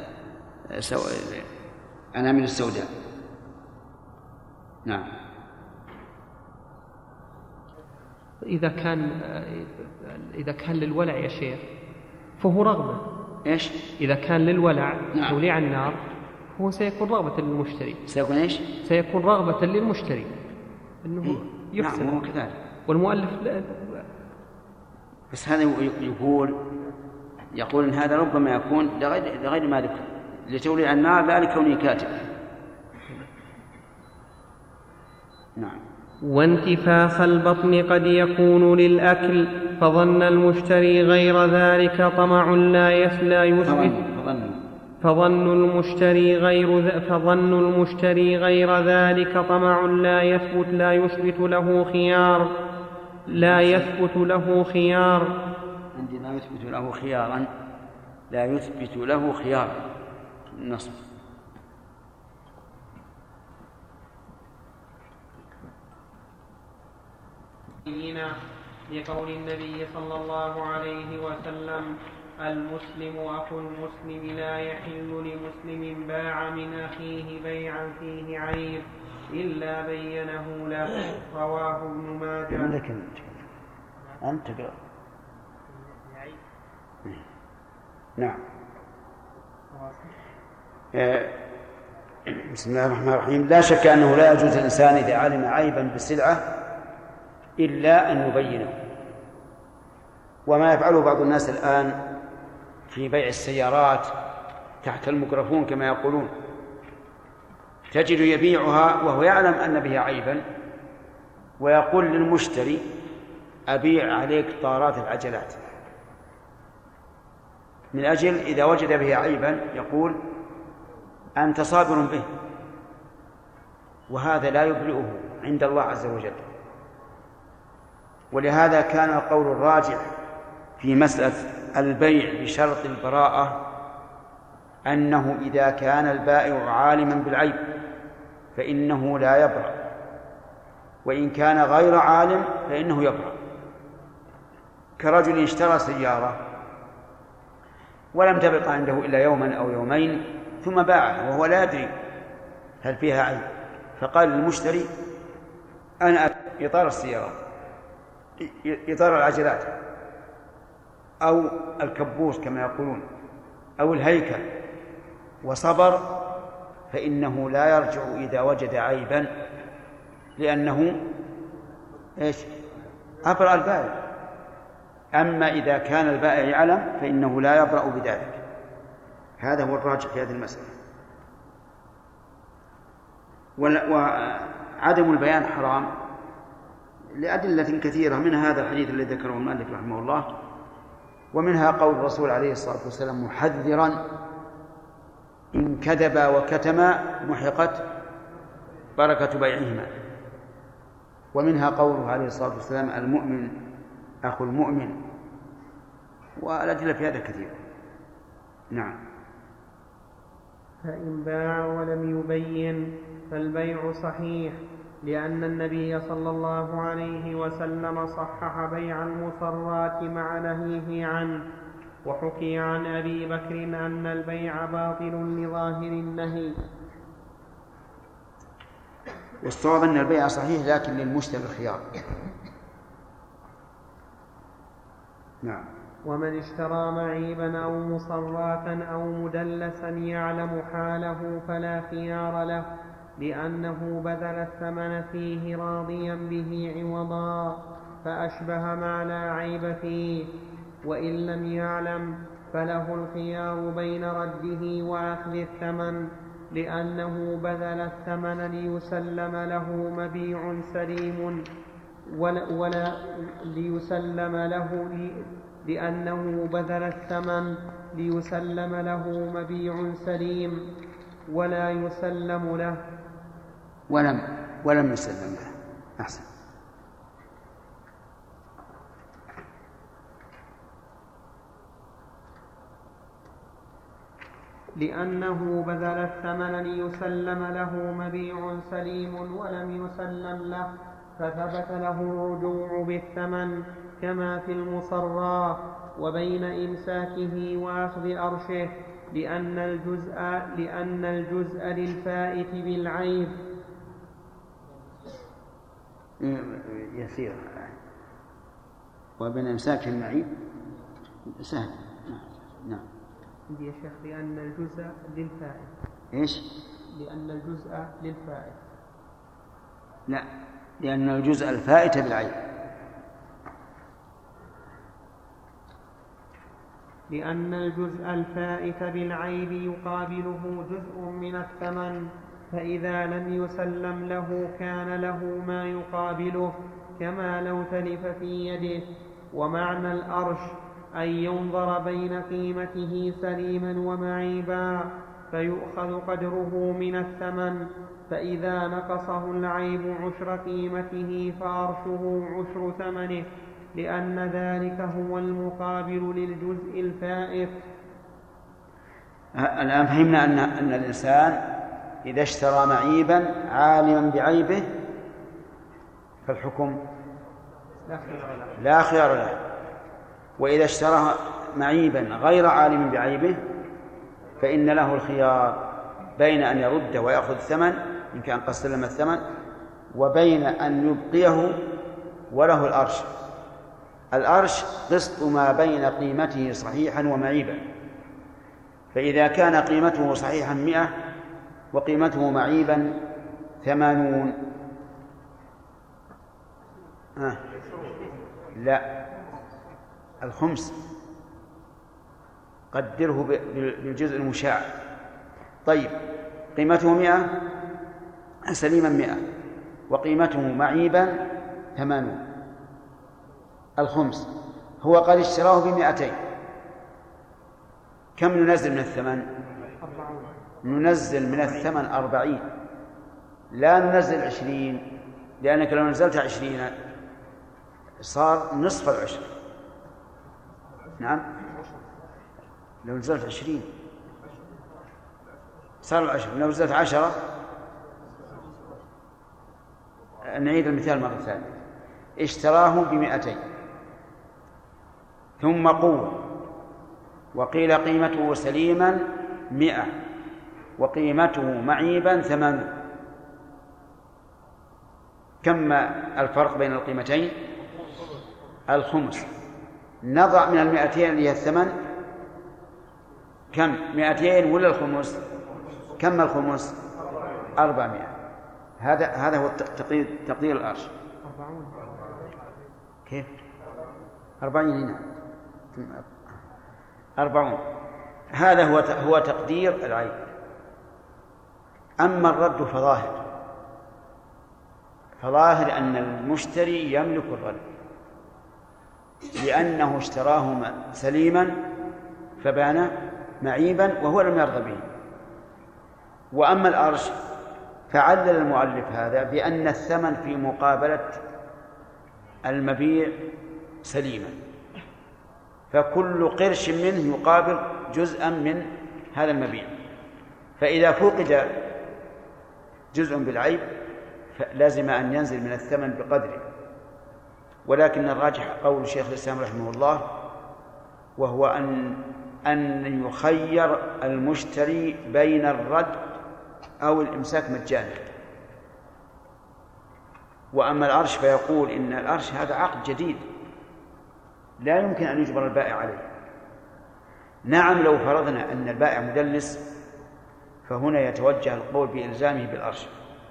أنامل السوداء. نعم. إذا كان للولع يا شيخ فهو رغبة. إيش؟ إذا كان للولع نعم. توليع النار هو سيكون رغبة للمشتري. سيكون إيش؟ سيكون رغبة للمشتري إنه يحسن. نعم. كذلك. والمؤلف بس هذا يقول إن هذا ربما يكون لغير ما ذكر، لتوليع النار لا لكونه كاتب. نعم. وانتفاخ البطن قد يكون للأكل فظن المشتري غير ذلك طمع لا يثبت. فظن المشتري غير ذلك طمع لا يثبت لا يثبت له خيار. عندي لا يثبت له خيارا، لا يثبت له خيارا النصب. لقول النبي صلى الله عليه وسلم: المسلم أخو المسلم لا يحل لمسلم باع من أخيه بيعا فيه عيب إلا بينه له. رواه ابن ماجه. أنت نعم. بسم الله الرحمن الرحيم. لا شك أنه لا يجوز الإنسان إذا علم عيبا بالسلعة إلا أن يبينه، وما يفعله بعض الناس الآن في بيع السيارات تحت الميكروفون كما يقولون، تجد يبيعها وهو يعلم أن بها عيبا، ويقول للمشتري: أبيع عليك طارات العجلات، من أجل إذا وجد بها عيبا يقول: أنت صابر به. وهذا لا يبرئه عند الله عز وجل. ولهذا كان القول الراجح في مسألة البيع بشرط البراءة أنه إذا كان البائع عالما بالعيب فإنه لا يبرأ، وإن كان غير عالم فإنه يبرأ. كرجل اشترى سيارة ولم تبق عنده إلا يوما أو يومين ثم باعها وهو لا يدري هل فيها عيب، فقال للمشتري: أنا إطار السيارة، إطار العجلات، أو الكبوس كما يقولون، أو الهيكل، وصبر، فإنه لا يرجع إذا وجد عيبا، لأنه أبرأ البائع. أما إذا كان البائع يعلم فإنه لا يبرأ بذلك. هذا هو الراجح في هذه المسألة. وعدم البيان حرام لأدلة كثيرة، من هذا الحديث الذي ذكره المؤلف رحمه الله: ومنها قول الرسول عليه الصلاة والسلام محذرا: إن كذبا وكتما محقت بركة بيعهما. ومنها قوله عليه الصلاة والسلام: المؤمن أخو المؤمن. والأدلة في هذا كثير. نعم. فإن باع ولم يبين فالبيع صحيح، لأن النبي صلى الله عليه وسلم صحح بيع المصرات مع نهيه عنه. وحكي عن أبي بكر أن البيع باطل لظاهر النهي. والصواب أن البيع صحيح لكن للمشتري الخيار. نعم. ومن اشترى معيبا أو مصراتا أو مدلسا يعلم حاله فلا خيار له، لأنه بذل الثمن فيه راضيا به عوضا، فأشبه ما لا عيب فيه. وإن لم يعلم فله الخيار بين رده وأخذ الثمن، لأنه بذل الثمن ليسلم له مبيع سليم ولا ليسلم له لأنه بذل الثمن ليسلم له مبيع سليم ولا يسلم له ولم يسلم له. أحسن. لأنه بذل الثمن ليسلم له مبيع سليم ولم يسلم له، فثبت له الرجوع بالثمن كما في المصرى، وبين إمساكه وأخذ أرشه، لأن الجزء للفائت بالعيب. يسير. وبين إمساك المعيب سهل. نعم. يا شيخ لأن الجزء للفائت. إيش؟ لأن الجزء للفائت. لا، لأن الجزء الفائت بالعيب. لأن الجزء الفائت بالعيب يقابله جزء من الثمن، فإذا لم يسلم له كان له ما يقابله، كما لو تلف في يده. ومعنى الأرش أن ينظر بين قيمته سليما ومعيبا، فيؤخذ قدره من الثمن، فإذا نقصه العيب عشر قيمته فأرشه عشر ثمنه، لأن ذلك هو المقابل للجزء الفائت. الآن فهمنا أن الإنسان إذا اشترى معيبا عالما بعيبه فالحكم لا خيار له، وإذا اشترى معيبا غير عالم بعيبه فإن له الخيار بين أن يرد ويأخذ الثمن إن كان قد سلم الثمن، وبين أن يبقيه وله الأرش. الأرش قسط ما بين قيمته صحيحا ومعيبا، فإذا كان قيمته صحيحا 100 وقيمته معيبا 80 لا، الخمس قدره بالجزء المشاع. طيب، قيمته 100 سليما 100 وقيمته معيبا 80، الخمس. هو قد اشتراه ب200، كم ننزل من الثمن؟ 40. ننزل من الثمن 40، لا ننزل 20، لأنك لو نزلت 20 صار نصف العشر. نعم، لو نزلت 20 صار العشر، لو نزلت 10. نعيد المثال مرة ثانية. اشتراه ب200 ثم قوة، وقيل قيمته سليما 100 وقيمته معيبا 80. كم الفرق بين القيمتين؟ الخمس. نضع من 200 اللي هي الثمن كم؟ 200 ولا الخمس؟ كم الخمس؟ 400. هذا هو تقدير الأرش. 40. كيف؟ 40 هنا 40. هذا هو تقدير العيب. أما الرد فظاهر أن المشتري يملك الرد، لأنه اشتراه سليما فبان معيبا وهو لم يرضى به. وأما الأرش فعلل المؤلف هذا بأن الثمن في مقابلة المبيع سليما، فكل قرش منه يقابل جزءا من هذا المبيع، فإذا فقد جزء بالعيب فلازم أن ينزل من الثمن بقدره. ولكن الراجح قول شيخ الإسلام رحمه الله، وهو أن يخير المشتري بين الرد أو الإمساك مجانا. وأما الأرش فيقول إن الأرش هذا عقد جديد لا يمكن أن يجبر البائع عليه. نعم، لو فرضنا أن البائع مدلس فهنا يتوجه القول بإلزامه بالأرش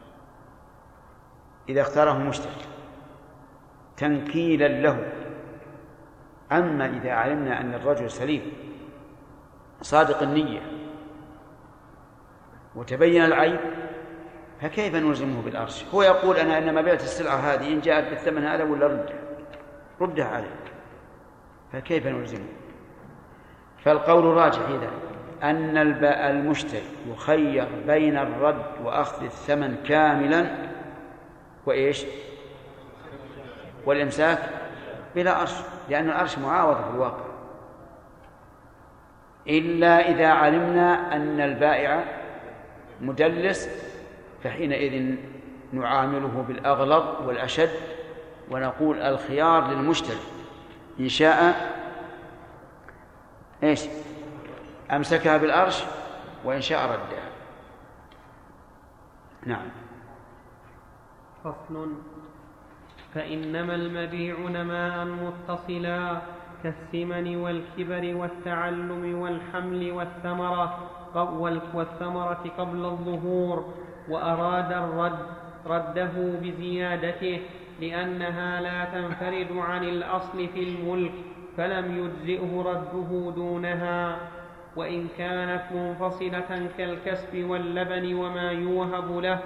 إذا اختاره المشتري تنكيلا له. أما إذا علمنا أن الرجل سليم صادق النية وتبين العيب فكيف نلزمه بالأرش؟ هو يقول أنا إنما بعت السلعة هذه إن جاءت بالثمن هذا ولا ردها عليه، فكيف نلزمه؟ فالقول الراجح إذا أن المشتري يخير بين الرد وأخذ الثمن كاملا وإيش؟ والإمساك بلا أرش، لأن الأرش معاوضة في الواقع، إلا إذا علمنا أن البائع مدلس فحينئذ نعامله بالأغلظ والأشد ونقول الخيار للمشتري إن شاء إيش؟ أمسكها بالأرش وإن شاء ردها. نعم. فصل. فإنما المبيع نماء متصلا كالثمن والكبر والتعلم والحمل والثمرة قبل الظهور، وأراد رده بزيادته لأنها لا تنفرد عن الأصل في الملك فلم يجزئه رده دونها، وإن كانت منفصلة كالكسب واللبن وما يوهب له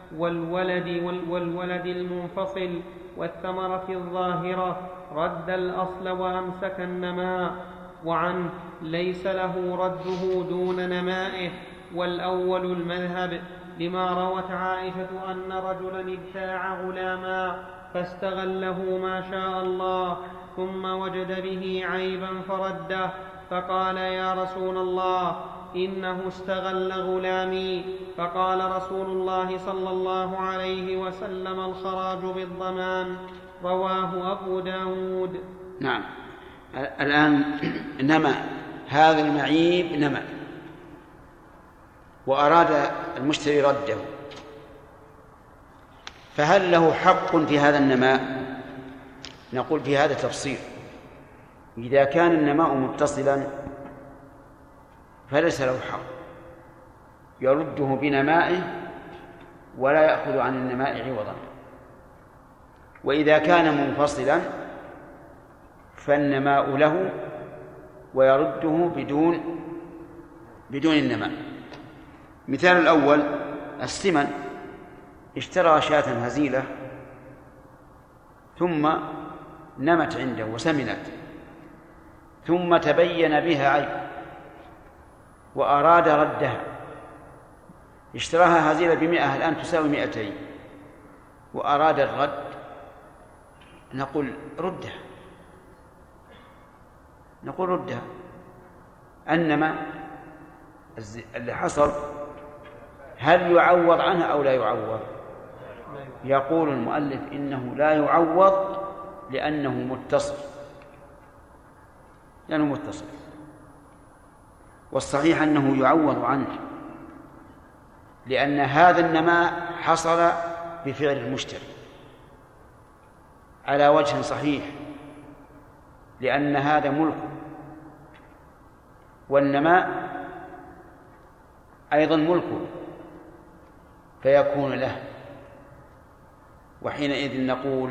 والولد المنفصل والثمرة الظاهرة رد الأصل وأمسك النماء، وعنه ليس له رده دون نمائه. والأول المذهب، لما روت عائشة أن رجلا ابتاع غلاما فاستغله ما شاء الله ثم وجد به عيبا فرده، فقال يا رسول الله إنه استغل غلامي، فقال رسول الله صلى الله عليه وسلم الخراج بالضمان. رواه أبو داود. نعم. الآن نمى هذا المعيب نمى وأراد المشتري رده، فهل له حق في هذا النماء؟ نقول في هذا تفصيل. إذا كان النماء متصلا فليس له حق، يرده بنمائه ولا يأخذ عن النماء عوضا. وإذا كان منفصلا فالنماء له ويرده بدون النماء. مثال الأول السمن، اشترى شاة هزيلة ثم نمت عنده وسمنت ثم تبين بها عيب وأراد ردها، اشتراها هزيلة ب100 الآن تساوي 200 وأراد الرد، نقول ردها، أنما اللي حصل هل يعوض عنها أو لا يعوض؟ يقول المؤلف إنه لا يعوض لأنه متصل، والصحيح أنه يعوض عنه، لأن هذا النماء حصل بفعل المشتري على وجه صحيح، لأن هذا ملكه والنماء أيضا ملكه فيكون له. وحينئذ نقول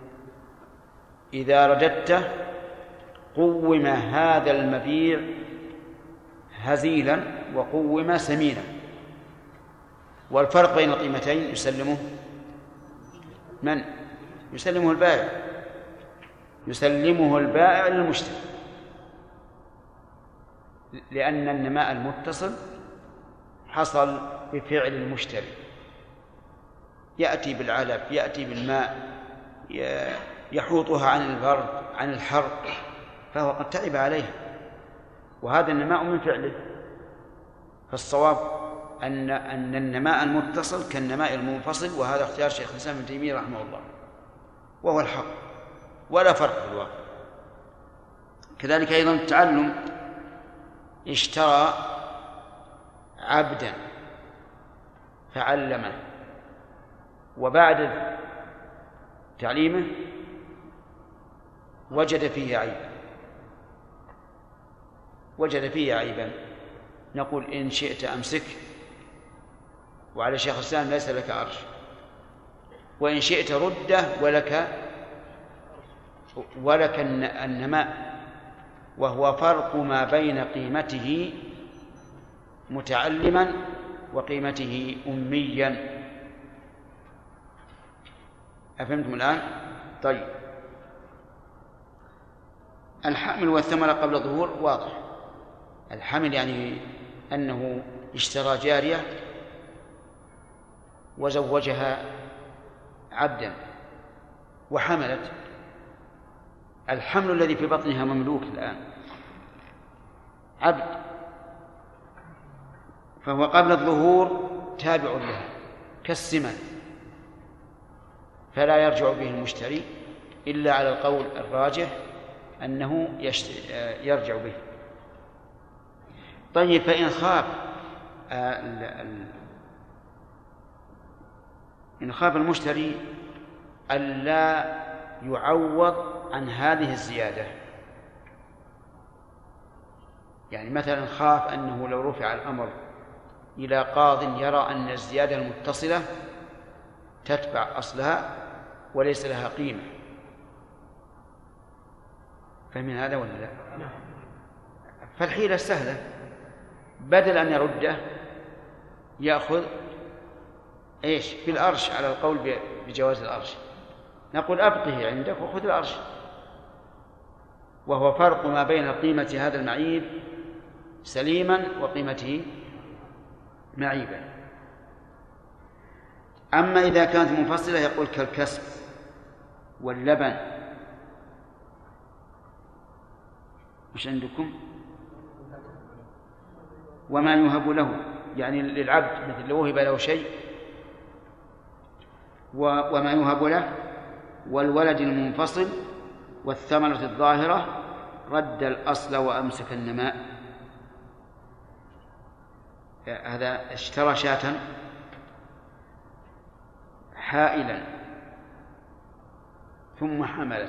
إذا رددته قوم هذا المبيع هزيلا وقوم سمينا، والفرق بين القيمتين يسلمه البائع، يسلمه البائع للمشتري، لأن النماء المتصل حصل بفعل المشتري، يأتي بالعلف، يأتي بالماء، يحوطها عن البرد عن الحر، فهو قد تعب عليها، وهذا النماء من فعله. فالصواب أن النماء المتصل كالنماء المنفصل، وهذا اختيار شيخ الإسلام ابن تيمية رحمه الله، وهو الحق ولا فرق في الواقع. كذلك أيضا التعلم، اشترى عبدا فعلمه، وبعد تعليمه وجد فيه عيبا، نقول إن شئت أمسك، وعلى شيخ الإسلام ليس لك أرش، وإن شئت رده ولك النماء، وهو فرق ما بين قيمته متعلما وقيمته أميا. أفهمتم الآن؟ طيب، الحمل والثمرة قبل الظهور واضح. الحمل يعني أنه اشترى جارية وزوجها عبدا وحملت، الحمل الذي في بطنها مملوك الآن عبد، فهو قبل الظهور تابع لها كالسمن، فلا يرجع به المشتري إلا على القول الراجح أنه يرجع به. طيب، فإن خاف المشتري ألا يعوض عن هذه الزيادة، يعني مثلا خاف أنه لو رفع الأمر إلى قاض يرى أن الزيادة المتصلة تتبع أصلها وليس لها قيمة، فمن هذا ولا لا؟ فالحيلة السهلة، بدل أن يرده يأخذ بالأرش على القول بجواز الأرش، نقول أبقه عندك وخذ الأرش، وهو فرق ما بين قيمة هذا المعيب سليما وقيمته معيبا. أما إذا كانت منفصلة يقول كالكسب واللبن. مش عندكم؟ وما يهب له، يعني للعبد، مثل لو وهب له شيء، وما يهب له، والولد المنفصل، والثمرة الظاهرة، رد الأصل وأمسك النماء. هذا اشترى شاة حائلا ثم حملت،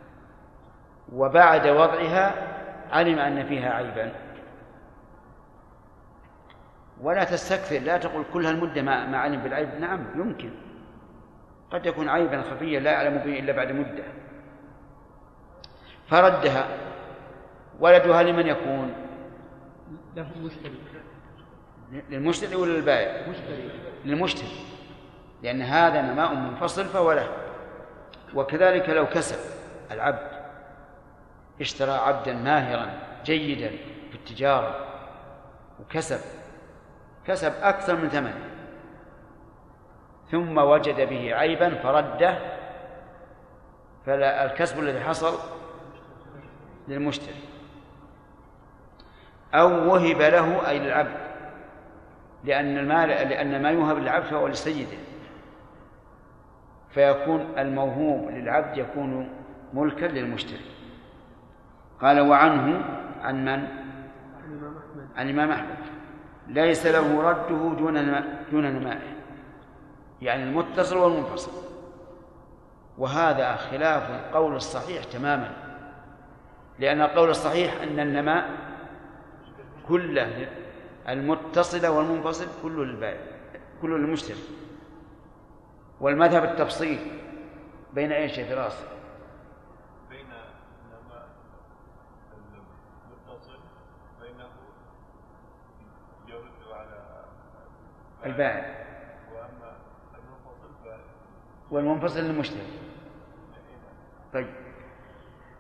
وبعد وضعها علم أن فيها عيبا، ولا تستكثر، لا تقول كل هالمدة ما علم بالعيب. نعم يمكن، قد يكون عيبا خفيا لا يعلم به إلا بعد مدة، فردها. ولدها لمن يكون؟ للمشتري ولا للبائع؟ للمشتري، لأن هذا نماء منفصل فهو له. وكذلك لو كسب العبد، اشترى عبدا ماهرا جيدا في التجارة وكسب أكثر من ثمنه، ثم وجد به عيبا فرده، فلا الكسب الذي حصل للمشتري. أو وهب له أي للعبد، لأن ما يوهب للعبد فهو لسيده، فيكون الموهوب للعبد يكون ملكا للمشتري. قال وعنه عن من؟ عن الإمام أحمد ليس له رده دون نمائه، يعني المتصل والمنفصل، وهذا خلاف القول الصحيح تماما، لأن القول الصحيح أن النماء كله المتصل والمنفصل كله للبائع، كله للمشتري. والمذهب التفصيل بين أي شيء في راسه؟ بين النماء المتصل بينه يرد على البائع، وأما المنفصل والمنفصل للمشتري. طيب،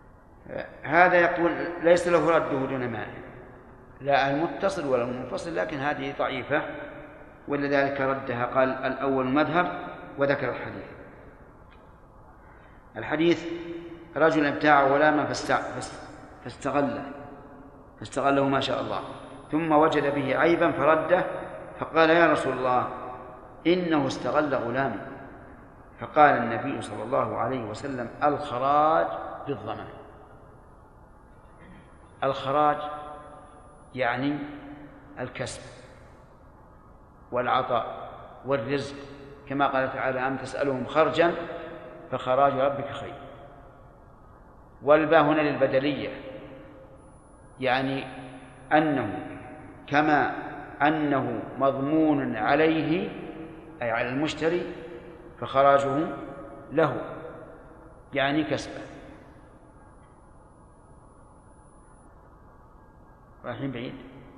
هذا يقول ليس له رده دون مانع، لا المتصل ولا المنفصل، لكن هذه ضعيفة، ولذلك ردها قال الأول مذهب وذكر الحديث رجل ابتاع غلاما فاستغله ما شاء الله، ثم وجد به عيبا فرده، فقال يا رسول الله إنه استغل غلاما، فقال النبي صلى الله عليه وسلم الخراج بالضمان. الخراج يعني الكسب والعطاء والرزق، كما قال تعالى أم تسألهم خرجا فخراج ربك خير. والباء هنا للبدلية، يعني أنه كما أنه مضمون عليه أي على المشتري فخراجه له، يعني كسبه. رايحين بعيد؟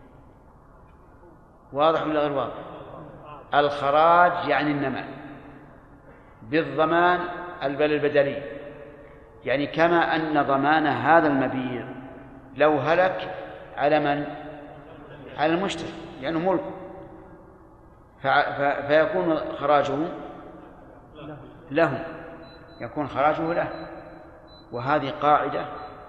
واضح ولا غير واضح؟ الخراج يعني النماء، بالضمان البدلي، يعني كما أن ضمان هذا المبيع لو هلك على من؟ على المشتري لأنه يعني ملك، فيكون خراجه له، يكون خراجه له. وهذه قاعدة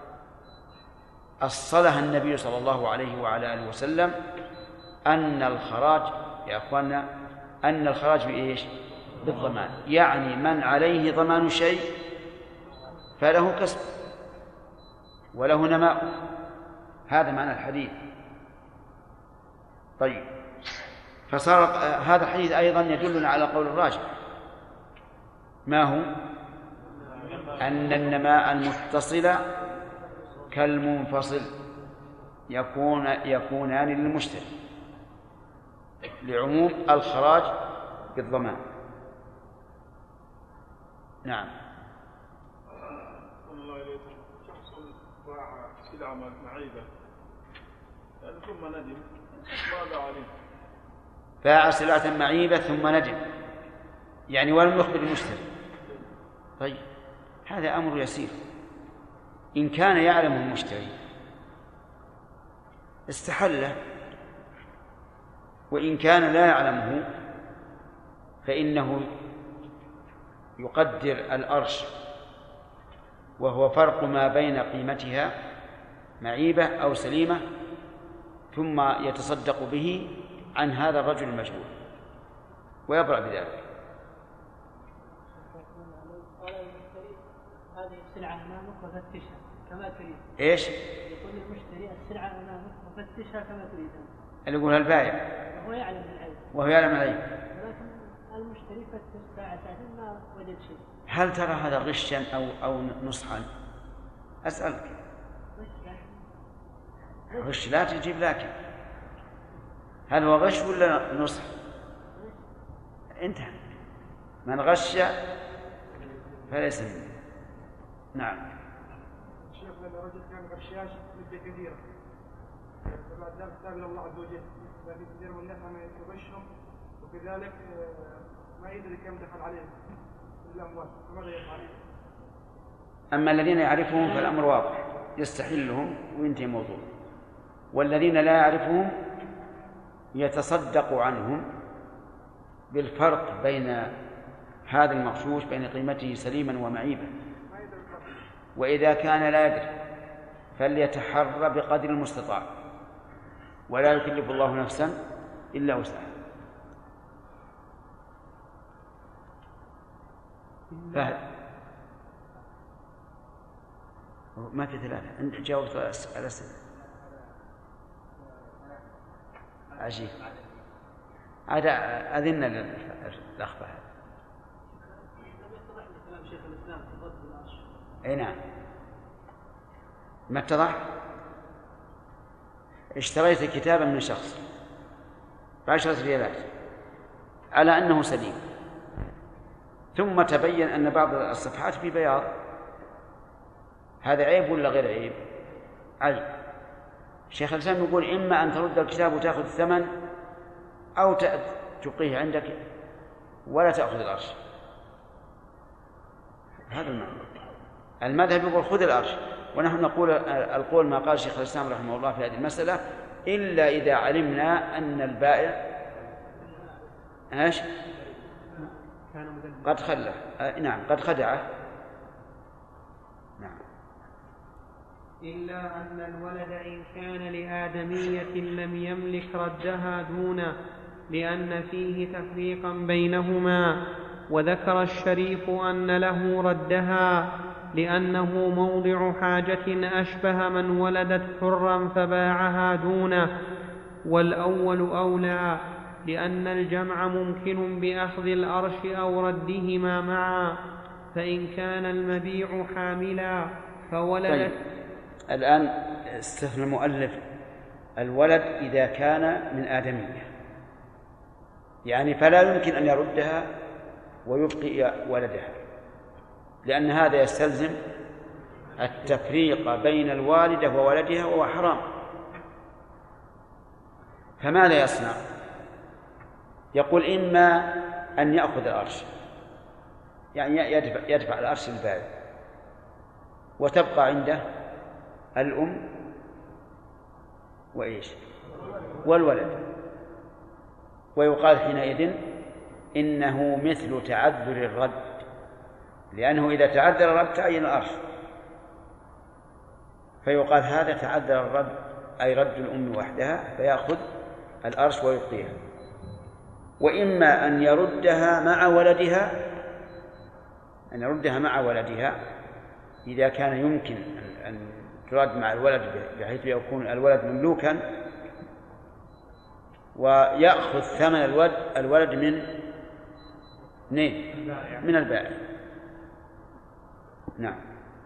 أصلها النبي صلى الله عليه وعلى آله وسلم، أن الخراج يا أخوانا أن الخراج بإيش؟ بالضمان، يعني من عليه ضمان شيء فله كسب وله نماء، هذا معنى الحديث. طيب، فصار هذا الحديث أيضا يدلنا على قول الراجح، ما هو؟ أن النماء المتصل كالمنفصل يكونان للمشتري، لعموم الخراج بالضمان. نعم. الله إليكم، شخص باع سلعة معيبة ثم ندم، ماذا عليه؟ باع سلعة معيبة ثم ندم، يعني ولم يخبر المشتري. طيب، هذا أمر يسير. إن كان يعلم المشتري استحله، وإن كان لا يعلمه فإنه يقدر الأرش، وهو فرق ما بين قيمتها معيبة أو سليمة، ثم يتصدق به عن هذا الرجل المجهول ويبرأ بذلك. هذه السلعة أمامك وفتشها كما تريد. إيش؟ يقول المشتري السلعة أمامك وفتشها كما تريد. اللي يقولها البائع وهو يعلم العيب، ولكن المشتري فتش ساعة ساعتين ما وجد شيء. هل ترى هذا غشا أو نصحا؟ أسألك. غش لا تجيب، لكن هل هو غش ولا نصح؟ انتهى. من غش فليس منه. نعم. شيخ، لما رجل كان غشاش مدة كثيرة، فبعد ذلك تاب إلى الله عز وجل، لكن كثير من الناس ما يغشهم، وكذلك ما يدري كم دخل عليهم الأموال، فماذا يفعل؟ أما الذين يعرفهم فالأمر واضح، يستحلهم وينتهي موضوع، والذين لا يعرفهم يتصدق عنهم بالفرق بين هذا المغشوش بين قيمته سليما ومعيبا. وإذا كان لا يدري فليتحرى بقدر المستطاع، ولا يكلف الله نفسا إلا وسعها. فهد ما في ثلاثة، أنت جاوبت على الأسئلة. عجيب، هذا أذن للأخبار. أي نعم، ما اتضح. اشتريت كتابا من شخص ب10 ريالات على أنه سليم، ثم تبين أن بعض الصفحات في بياض، هذا عيب ولا غير عيب؟ عيب. شيخ الإسلام يقول إما أن ترد الكتاب وتأخذ الثمن، أو تبقيه عندك ولا تأخذ الأرش. هذا المعنى. المذهب يقول خذ الأرش ونحن نقول القول ما قال شيخ الإسلام رحمه الله في هذه المسألة إلا إذا علمنا أن البائع قد خله. نعم قد خدعه. نعم. إلا أن الولد إن كان لآدمية لم يملك ردها دونه، لأن فيه تفريقا بينهما. وذكر الشريف أن له ردها لأنه موضع حاجة أشبه من ولدت حرا فباعها دونه. والأول أولى، لأن الجمع ممكن بأخذ الأرش أو ردهما معا. فإن كان المبيع حاملا فولدت. طيب. الآن استثنى المؤلف الولد إذا كان من آدمية، يعني فلا يمكن أن يردها ويبقي ولدها، لأن هذا يستلزم التفريق بين الوالدة وولدها وهو حرام. فماذا يصنع؟ يقول إما أن يأخذ الأرش، يعني يدفع الأرش للبائع، وتبقى عنده الأم والولد، ويقال حينئذ إنه مثل تعذر الرد، لأنه إذا تعذر الرد تعين الأرش، فيقال هذا تعذر الرد، أي رد الأم وحدها، فيأخذ الأرش ويبقيها. وإما أن يردها مع ولدها، إذا كان يمكن أن ترد مع الولد بحيث يكون الولد مملوكا، ويأخذ ثمن الولد من البائع. نعم.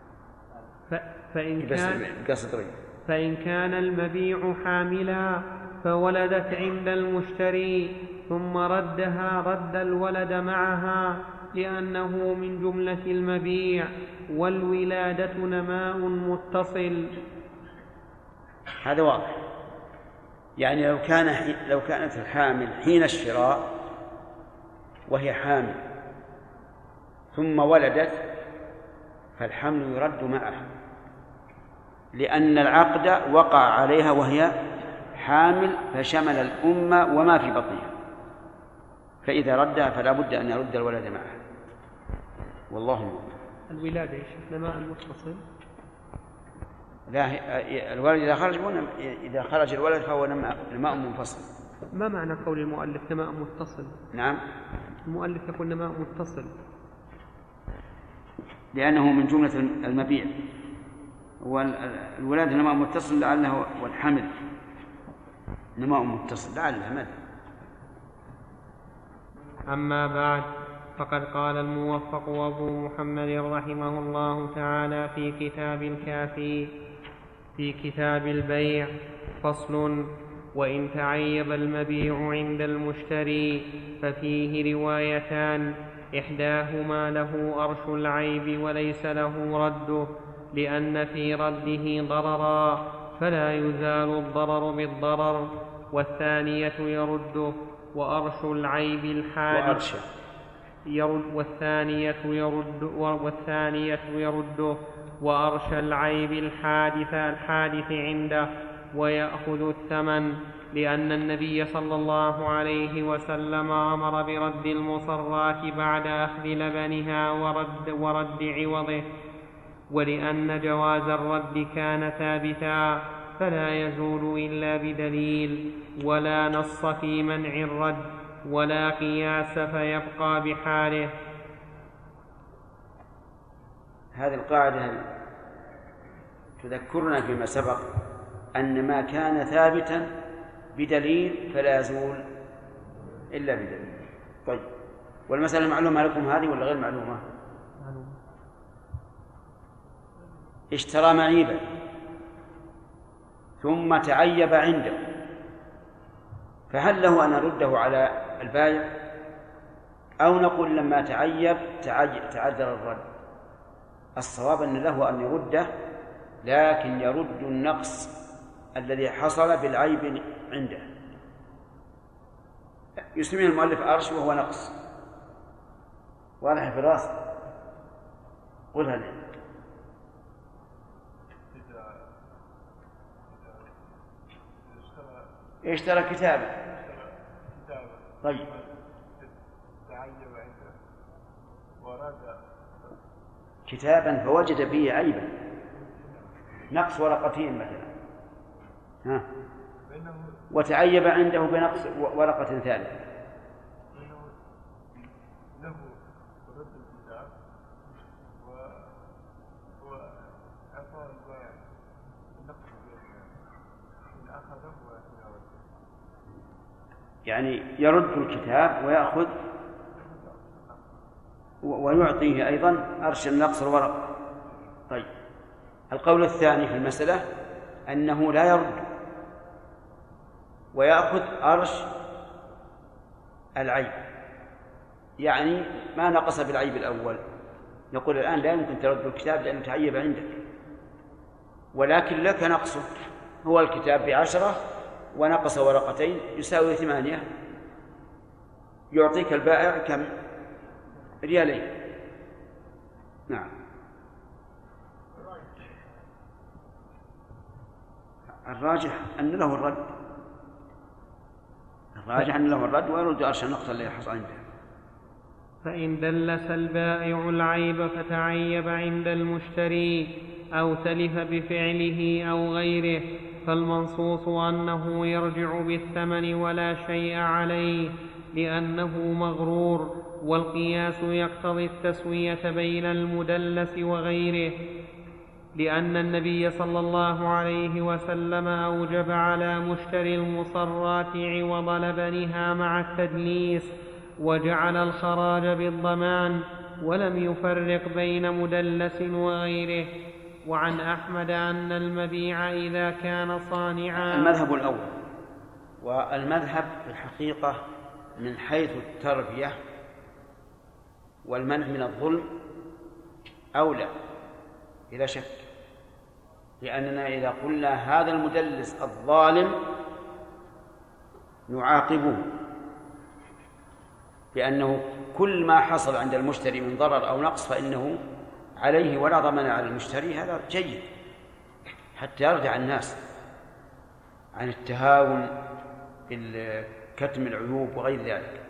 فإن كان المبيع حاملا فولدت عند المشتري ثم ردها رد الولد معها، لأنه من جملة المبيع، والولادة نماء متصل. هذا واضح. يعني لو كانت الحامل حين الشراء وهي حامل ثم ولدت، فالحمل يرد معها، لأن العقد وقع عليها وهي حامل، فشمل الأم وما في بطنها، فإذا ردها فلا بد أن يرد الولد معها. والله المؤمن. الولادة نماء متصل؟ لا، الولد إذا خرج الولد فهو نماء منفصل. ما معنى قول المؤلف نماء متصل؟ نعم، المؤلف يقول نماء متصل لأنه من جملة المبيع، والولادة نماء متصل لعله، والحمل نماء متصل لعله ماذا. أما بعد، فقد قال الموفق أبو محمد رحمه الله تعالى في كتاب الكافي في كتاب البيع: فصل: وإن تعيب المبيع عند المشتري ففيه روايتان، إحداهما له أرش العيب وليس له رده، لأن في رده ضررا فلا يزال الضرر بالضرر، والثانية يرده وأرش العيب الحادث والثانية يرده وأرش العيب الحادث عنده ويأخذ الثمن، لأن النبي صلى الله عليه وسلم أمر برد المصرات بعد أخذ لبنها ورد عوضه، ولأن جواز الرد كان ثابتا فلا يزول إلا بدليل، ولا نص في منع الرد ولا قياس فيبقى بحاله. هذه القاعدة تذكرنا فيما سبق أن ما كان ثابتا بدليل فلا يزول إلا بدليل. طيب، والمسألة معلومة لكم هذه ولا غير معلومة؟ اشترى معيبا ثم تعيب عنده، فهل له أن نرده على البائع، أو نقول لما تعيب تعذر الرد؟ الصواب أن له أن يرده، لكن يرد النقص الذي حصل بالعيب عنده. يسميه المؤلف أرش وهو نقص. واضح في الراس؟ قلها لي. اشترى كتابا. طيب تعيب عنده ورد كتابا فوجد فيه عيبا، نقص ورقتين مثلا، وتعيب عنده بنقص ورقة ثالثة، له رد الكتاب وأعطاه البائع النقص إن أخذه ويرد، يعني يرد الكتاب ويأخذ ويعطيه أيضا أرش النقص الورق. طيب القول الثاني في المسألة أنه لا يرد ويأخذ أرش العيب، يعني ما نقص بالعيب الأول. نقول الآن لا يمكن ترد الكتاب لأنه تعيب عندك، ولكن لك نقصه، هو الكتاب ب10 ونقص ورقتين يساوي 8، يعطيك البائع كم؟ 2 ريال. نعم. الراجح أن له الرد، ويرد أرش النقص الذي حصل عنده. فإن دلس البائع العيب فتعيب عند المشتري أو تلف بفعله أو غيره، فالمنصوص أنه يرجع بالثمن ولا شيء عليه لأنه مغرور، والقياس يقتضي التسوية بين المدلس وغيره، لأن النبي صلى الله عليه وسلم أوجب على مشتري المصرات عوض لبنها مع التدليس، وجعل الخراج بالضمان، ولم يفرق بين مدلس وغيره. وعن أحمد أن المبيع إذا كان صانعا. المذهب الأول، والمذهب في الحقيقة من حيث التربية والمنع من الظلم أولى بلا شك، لأننا إذا قلنا هذا المدلس الظالم نعاقبه بأنه كل ما حصل عند المشتري من ضرر أو نقص فإنه عليه ولا ضمان على المشتري. هذا جيد حتى يردع الناس عن التهاون بالكتم العيوب وغير ذلك.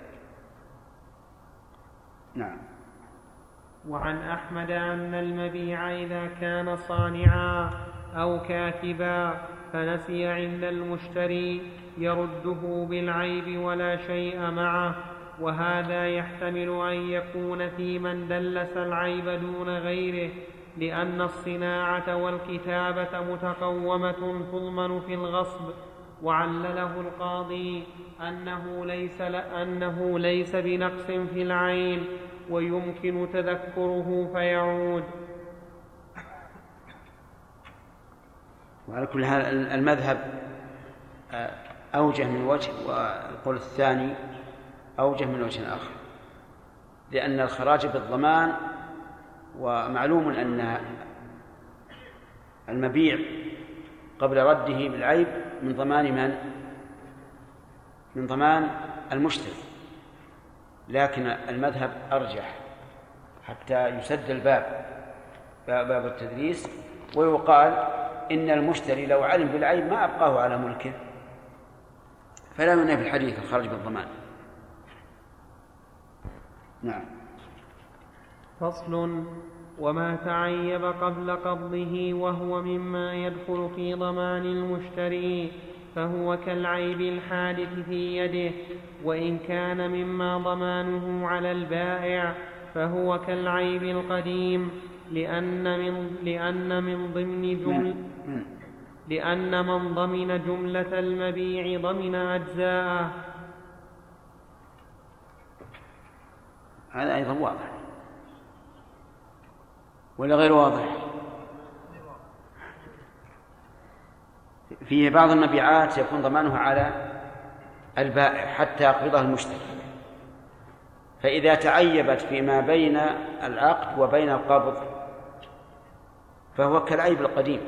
نعم. وعن أحمد أن المبيع إذا كان صانعا أو كاتبا فنسي عند المشتري يرده بالعيب ولا شيء معه، وهذا يحتمل أن يكون في من دلس العيب دون غيره، لأن الصناعة والكتابة متقومة تضمن في الغصب. وعلله القاضي أنه ليس بنقص في العين ويمكن تذكره فيعود. وعلى كل حال المذهب أوجه من وجه، والقول الثاني أوجه من وجه آخر، لأن الخراج بالضمان، ومعلوم أن المبيع قبل رده بالعيب من ضمان من؟ من ضمان المشتري، لكن المذهب أرجح حتى يسد باب التدليس، ويقال إن المشتري لو علم بالعيب ما أبقاه على ملكه، فلا منه في الحديث الخرج بالضمان. نعم. فصل. وما تعيب قبل قبضه وهو مما يدخل في ضمان المشتري فهو كالعيب الحادث في يده، وإن كان مما ضمانه على البائع فهو كالعيب القديم، لأن من ضمن جملة المبيع ضمن أجزاءه. هذا أيضا واضح ولا غير واضح؟ فيه بعض المبيعات يكون ضمانها على البائع حتى يقبضها المشتري، فإذا تعيبت فيما بين العقد وبين القبض فهو كالعيب القديم،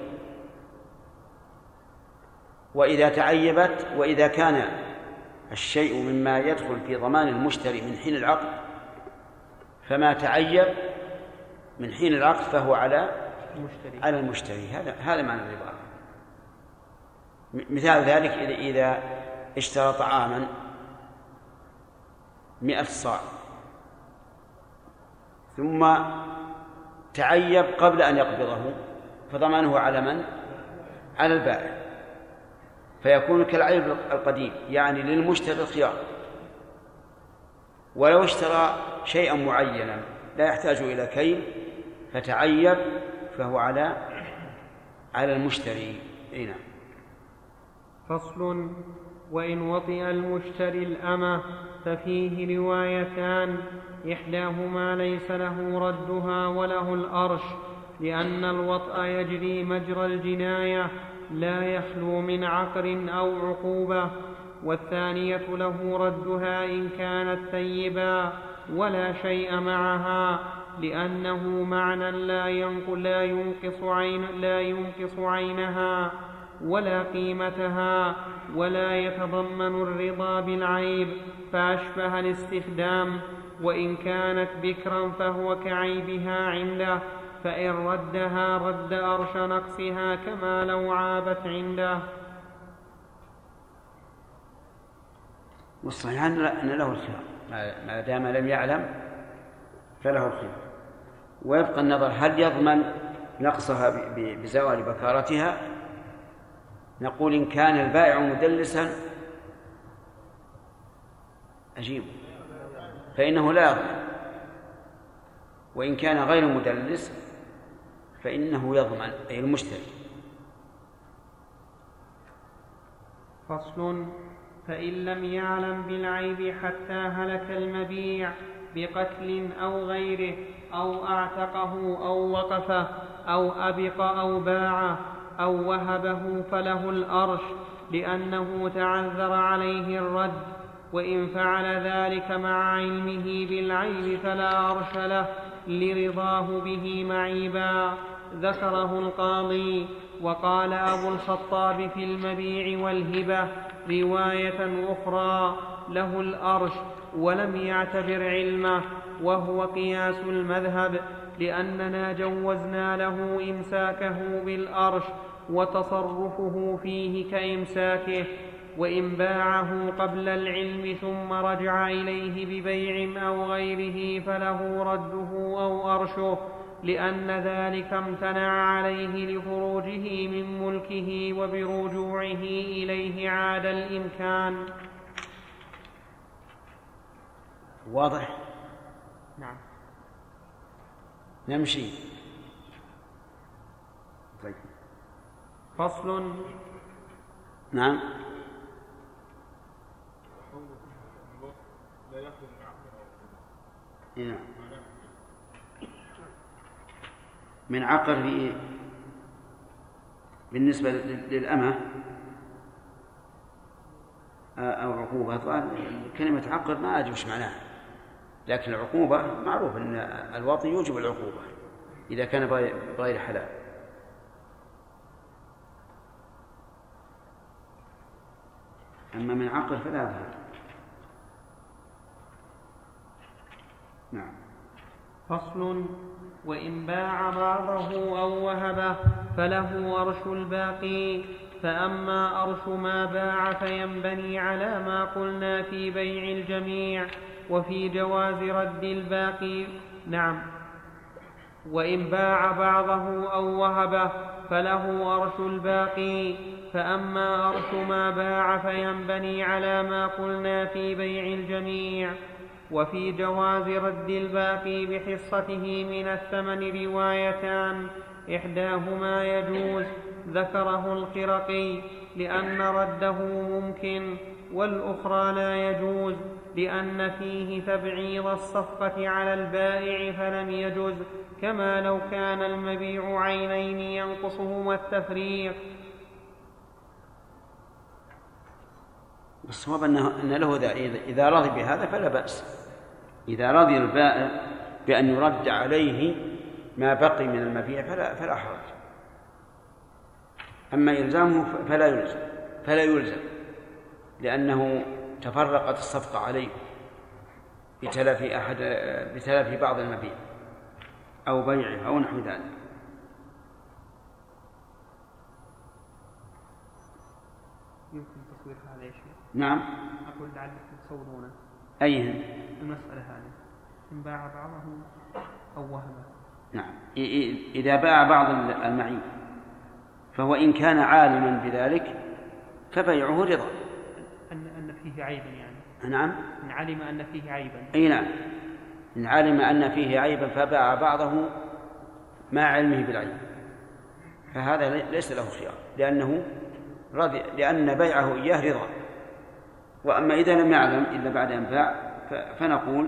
وإذا كان الشيء مما يدخل في ضمان المشتري من حين العقد فما تعيب من حين العقد فهو على المشتري. هذا معنى الربا. مثال ذلك إذا اشترى طعاما 100 صاع ثم تعيب قبل أن يقبضه، فضمانه على من؟ على البائع، فيكون كالعيب القديم، يعني للمشتري الخيار. ولو اشترى شيئا معينا لا يحتاج إلى كيل فتعيب فهو على المشتري. نعم. فصل: وإن وطئ المشتري الأمة ففيه روايتان، إحداهما ليس له ردها وله الأرش، لأن الوطأ يجري مجرى الجناية لا يخلو من عقر أو عقوبة، والثانية له ردها إن كانت ثيبا ولا شيء معها، لأنه معنى لا ينقص عينها ولا قيمتها، ولا يتضمن الرضا بالعيب، فأشبه الاستخدام. وإن كانت بكرا فهو كعيبها عنده، فإن ردها رد أرش نقصها كما لو عابت عنده. والصحيح أن له الخيار ما دام لم يعلم فله الخيار. ويبقى النظر هل يضمن نقصها بزوال بكارتها. نقول إن كان البائع مدلسا أجيب فإنه لا يضمن، وإن كان غير مدلس فإنه يضمن، أي المشتري. فصل: فإن لم يعلم بالعيب حتى هلك المبيع بقتل أو غيره، أو أعتقه أو وقفه أو أبق أو باعه أو وهبه، فله الأرش، لأنه تعذر عليه الرد. وإن فعل ذلك مع علمه بالعيب فلا أرش له، لرضاه به معيبا. ذكره القاضي. وقال أبو الخطاب في المبيع والهبة رواية أخرى له الأرش، ولم يعتبر علمه، وهو قياس المذهب، لأننا جوزنا له إمساكه بالأرش وتصرفه فيه كإمساكه. وإن باعه قبل العلم ثم رجع إليه ببيع أو غيره فله رده أو أرشه، لأن ذلك امتنع عليه لخروجه من ملكه، وبرجوعه إليه عاد الإمكان. واضح؟ نعم. نمشي. طيب. فصل. نعم. من عقر في بالنسبة للأمة أو عقوبة. طبعا كلمة عقر ما أدري وش معناها، لكن العقوبة معروف أن الوطي يوجب العقوبة إذا كان بغير حلال. أما من عقر فلا يظهر. نعم. فصل. وإن باع بعضه أو وهبه فله أرش الباقي. فأما أرش ما باع فينبني على ما قلنا في بيع الجميع وفي جواز رد الباقي. نعم. وإن باع بعضه أو وهبه فله أرش الباقي. فأما أرش ما باع فينبني على ما قلنا في بيع الجميع وفي جواز رد الباقي بحصته من الثمن روايتان، إحداهما يجوز، ذكره الخرقي، لأن رده ممكن، والأخرى لا يجوز، لأن فيه تبعيض الصفقة على البائع فلم يجوز، كما لو كان المبيع عينين ينقصهما التفريق. الصواب أن له إذا رضي بهذا فلا بأس. إذا رضي البائع بأن يرد عليه ما بقي من المبيع فلا حرج. أما إلزامه فلا يلزم لأنه تفرقت الصفقة عليه بتلف بعض المبيع أو بيعه أو نحو ذلك. يمكن تصوير هذا يا شيخ؟ نعم. أقول لعلكم تصورونه. أيهن؟ المسألة هذه إن باع بعضه أو وهبه. نعم. إذا باع بعض المعيب فهو إن كان عالما بذلك فبيعه رضا. أن فيه عيبا يعني. نعم. إن علم أن فيه عيبا. أي نعم. إن علم أن فيه عيبا فباع بعضه مع علمه بالعيب فهذا ليس له خيار لأنه رضي، لأن بيعه إياه رضا. وأما إذا لم يعلم إلا بعد أن باع فنقول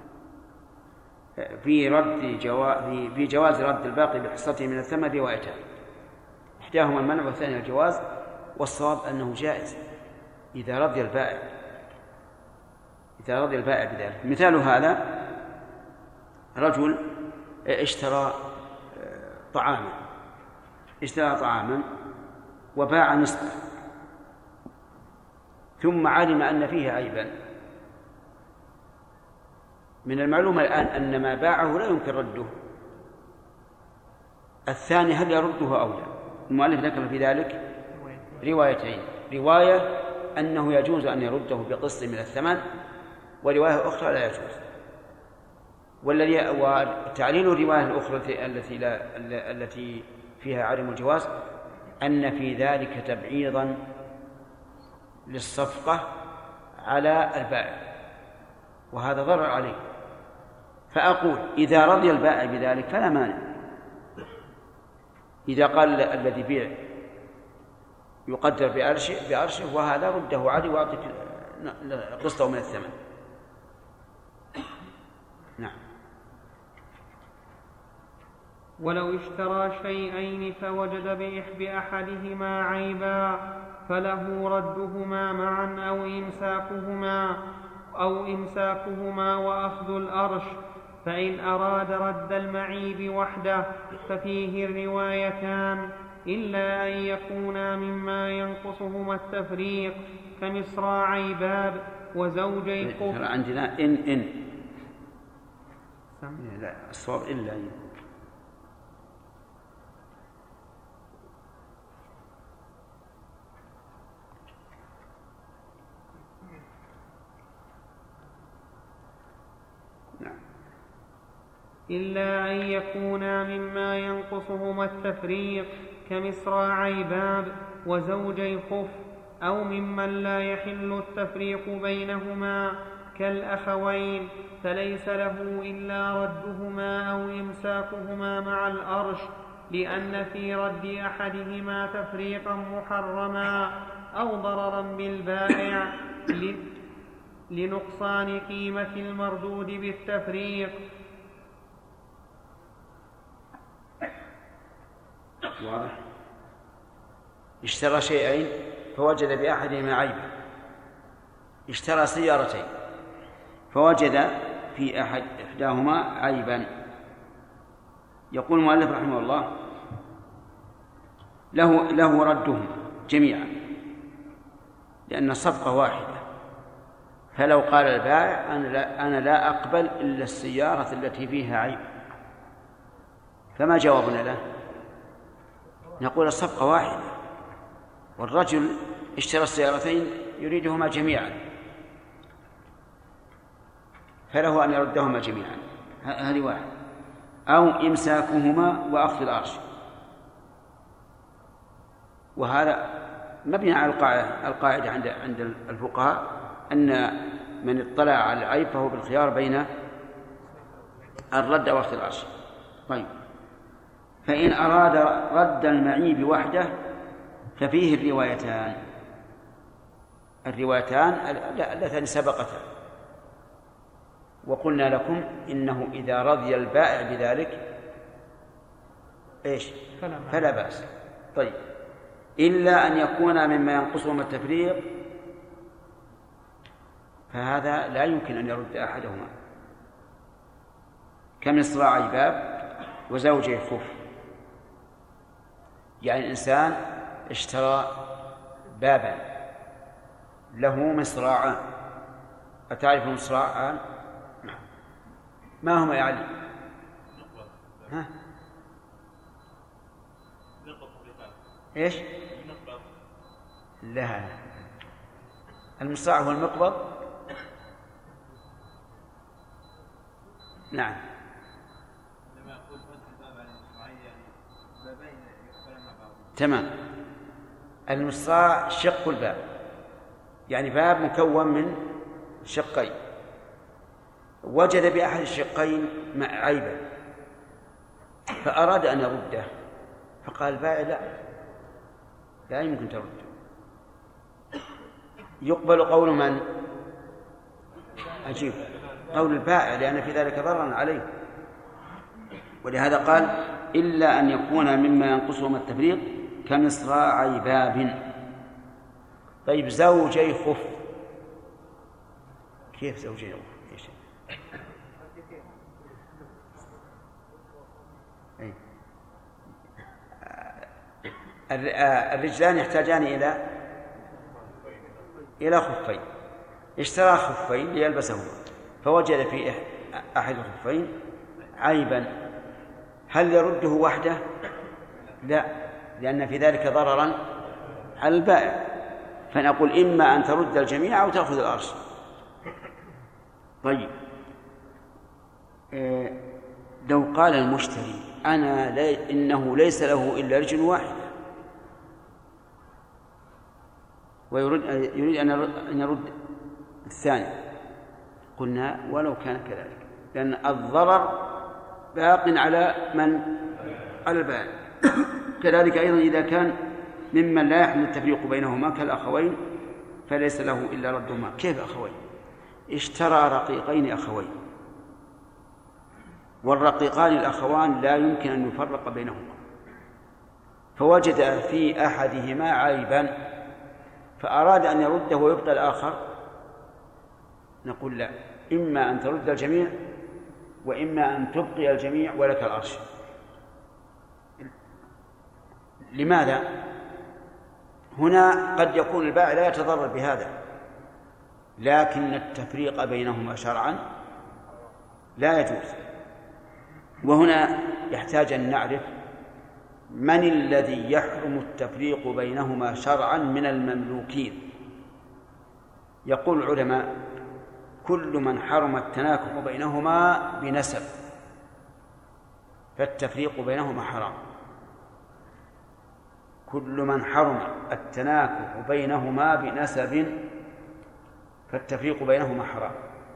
في جواز رد الباقي بحصته من الثمن روايتان، إحداهما المنع والثانية الجواز، والصواب أنه جائز إذا رضي البائع بذلك. مثال هذا رجل اشترى طعاما وباع نصفه ثم علم أن فيه عيبا. من المعلوم الآن أن ما باعه لا يمكن رده. الثاني هل يرده أو لا؟ المؤلف ذكر في ذلك روايتين، رواية أنه يجوز أن يرده بقسط من الثمن، ورواية أخرى لا يجوز. وتعليل الرواية الأخرى التي فيها عدم الجواز أن في ذلك تبعيضا للصفقة على البائع، وهذا ضرر عليه. فأقول إذا رضي البائع بذلك فلا مانع. إذا قال الذي بيع يقدر بأرشه وهذا رده علي وأعطيك قسطه من الثمن. نعم. ولو اشترى شيئين فوجد بأحدهما عيبا فله ردهما معا أو إمساكهما وأخذ الأرش. فإن أراد رد المعيب وحده ففيه الروايتان، إلا أن يكونا مما ينقصهما التفريق كمصراعي باب وزوجي قف. عندنا لا الصواب إلا إلا أن يكونا مما ينقصهما التفريق كمصراعي باب وزوجي خف، أو ممن لا يحل التفريق بينهما كالأخوين، فليس له إلا ردهما أو إمساكهما مع الأرش، لأن في رد أحدهما تفريقا محرما أو ضررا بالبائع لنقصان قيمة المردود بالتفريق. واضح. اشترى شيئين فوجد بأحدهما عيبا. اشترى سيارتين فوجد في إحداهما عيبا. يقول المؤلف رحمه الله له ردهم جميعا لأن الصفقة واحدة. فلو قال البائع أنا لا أقبل إلا السيارة التي فيها عيب، فما جوابنا له؟ نقول الصفقة واحدة، والرجل اشترى السيارتين يريدهما جميعا، فله أن يردهما جميعا، هذه واحد، أو إمساكهما وأخذ الأرش. وهذا مبني على القاعدة عند الفقهاء أن من اطلع على العيب فهو بالخيار بين الرد وأخذ الأرش. طيب، فإن أراد رد المعيب وحده ففيه الروايتان اللتان سبقتا. وقلنا لكم إنه إذا رضي البائع بذلك فلا بأس. طيب، إلا أن يكون مما ينقصهما التفريق، فهذا لا يمكن أن يرد أحدهما، كمصراعي باب وزوجي خف. يعني الإنسان اشترى بابا له مصراعان. أتعرف المصراعان؟ ما هما يعني؟ إيش؟ لا، المصراع هو المقبض. نعم. تمام. المصراع شق الباب، يعني باب مكون من شقين، وجد بأحد الشقين عيبا فأراد أن يرده، فقال البائع لا يمكن ترده. يقبل قول من؟ عجيب، قول البائع، لأن في ذلك ضررا عليه. ولهذا قال إلا أن يكون مما ينقصهم التفريق كمصراعي باب. طيب زوجي خف، كيف زوجي خف؟ الرجلان يحتاجان إلى خفين، اشترى خفين ليلبسهما فوجد في أحد الخفين عيبا، هل يرده وحده؟ لا، لأن في ذلك ضررا على البائع، فنقول إما أن ترد الجميع أو تأخذ الأرش. طيب لو قال المشتري إنه ليس له إلا رجل واحد ويريد أن يرد الثاني، قلنا ولو كان كذلك، لأن الضرر باق على من؟ على البائع. كذلك أيضا إذا كان ممن لا يحمل التفريق بينهما كالأخوين فليس له إلا ردهما. كيف أخوين؟ اشترى رقيقين أخوين، والرقيقان الأخوان لا يمكن أن يفرق بينهما، فوجد في أحدهما عيبا فأراد أن يرده ويبقى الآخر، نقول لا، إما أن ترد الجميع وإما أن تبقي الجميع ولك الأرش. لماذا؟ هنا قد يكون البائع لا يتضرر بهذا، لكن التفريق بينهما شرعا لا يجوز. وهنا يحتاج أن نعرف من الذي يحرم التفريق بينهما شرعا من المملوكين. يقول العلماء كل من حرم التناكح بينهما بنسب فالتفريق بينهما حرام. كل من حرم التناكح بينهما بنسب فالتفريق بينهما حرام.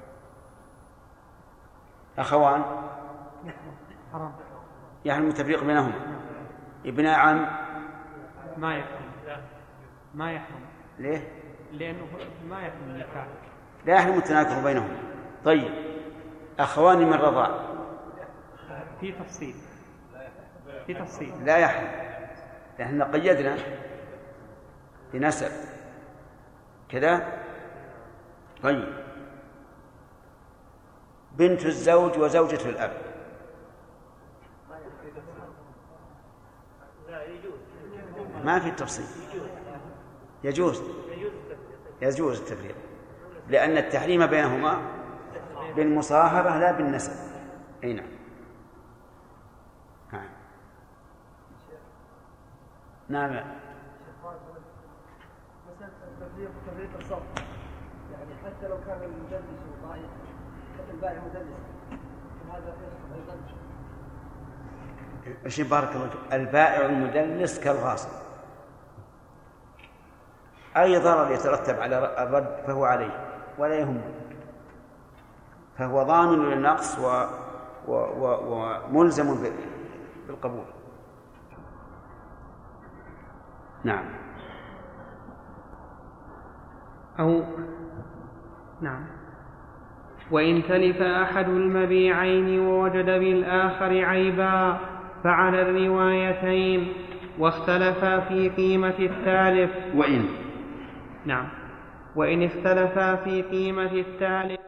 أخوان حرام يحرم التفريق بينهما، ابن عم ما يحرم، ما يحرم. ليه؟ لأنه ما يحرم النكاح، لا يحرم التناكح بينهما. طيب أخوان من رضاع في تفصيل لا يحرم، لأننا قيدنا بنسب كذا. طيب بنت الزوج وزوجة الأب ما في التفصيل، يجوز التفريق، لأن التحريم بينهما بالمصاهرة لا بالنسب. أي نعم. نعم. مسألة تفريق الصوت، يعني حتى لو كان المدلس ضعيف، حتى البائع مدلس، هذا أيضا ايش بارك الله فيك. البائع المدلس كالغاصب، أي ضرر يترتب على الرد فهو عليه ولا يهمه، فهو ضامن للنقص وملزم بالقبول. نعم. نعم. وإن تلف أحد المبيعين ووجد بالآخر عيبا فعلى الروايتين، واختلفا في قيمة التالف. وإن اختلفا في قيمة التالف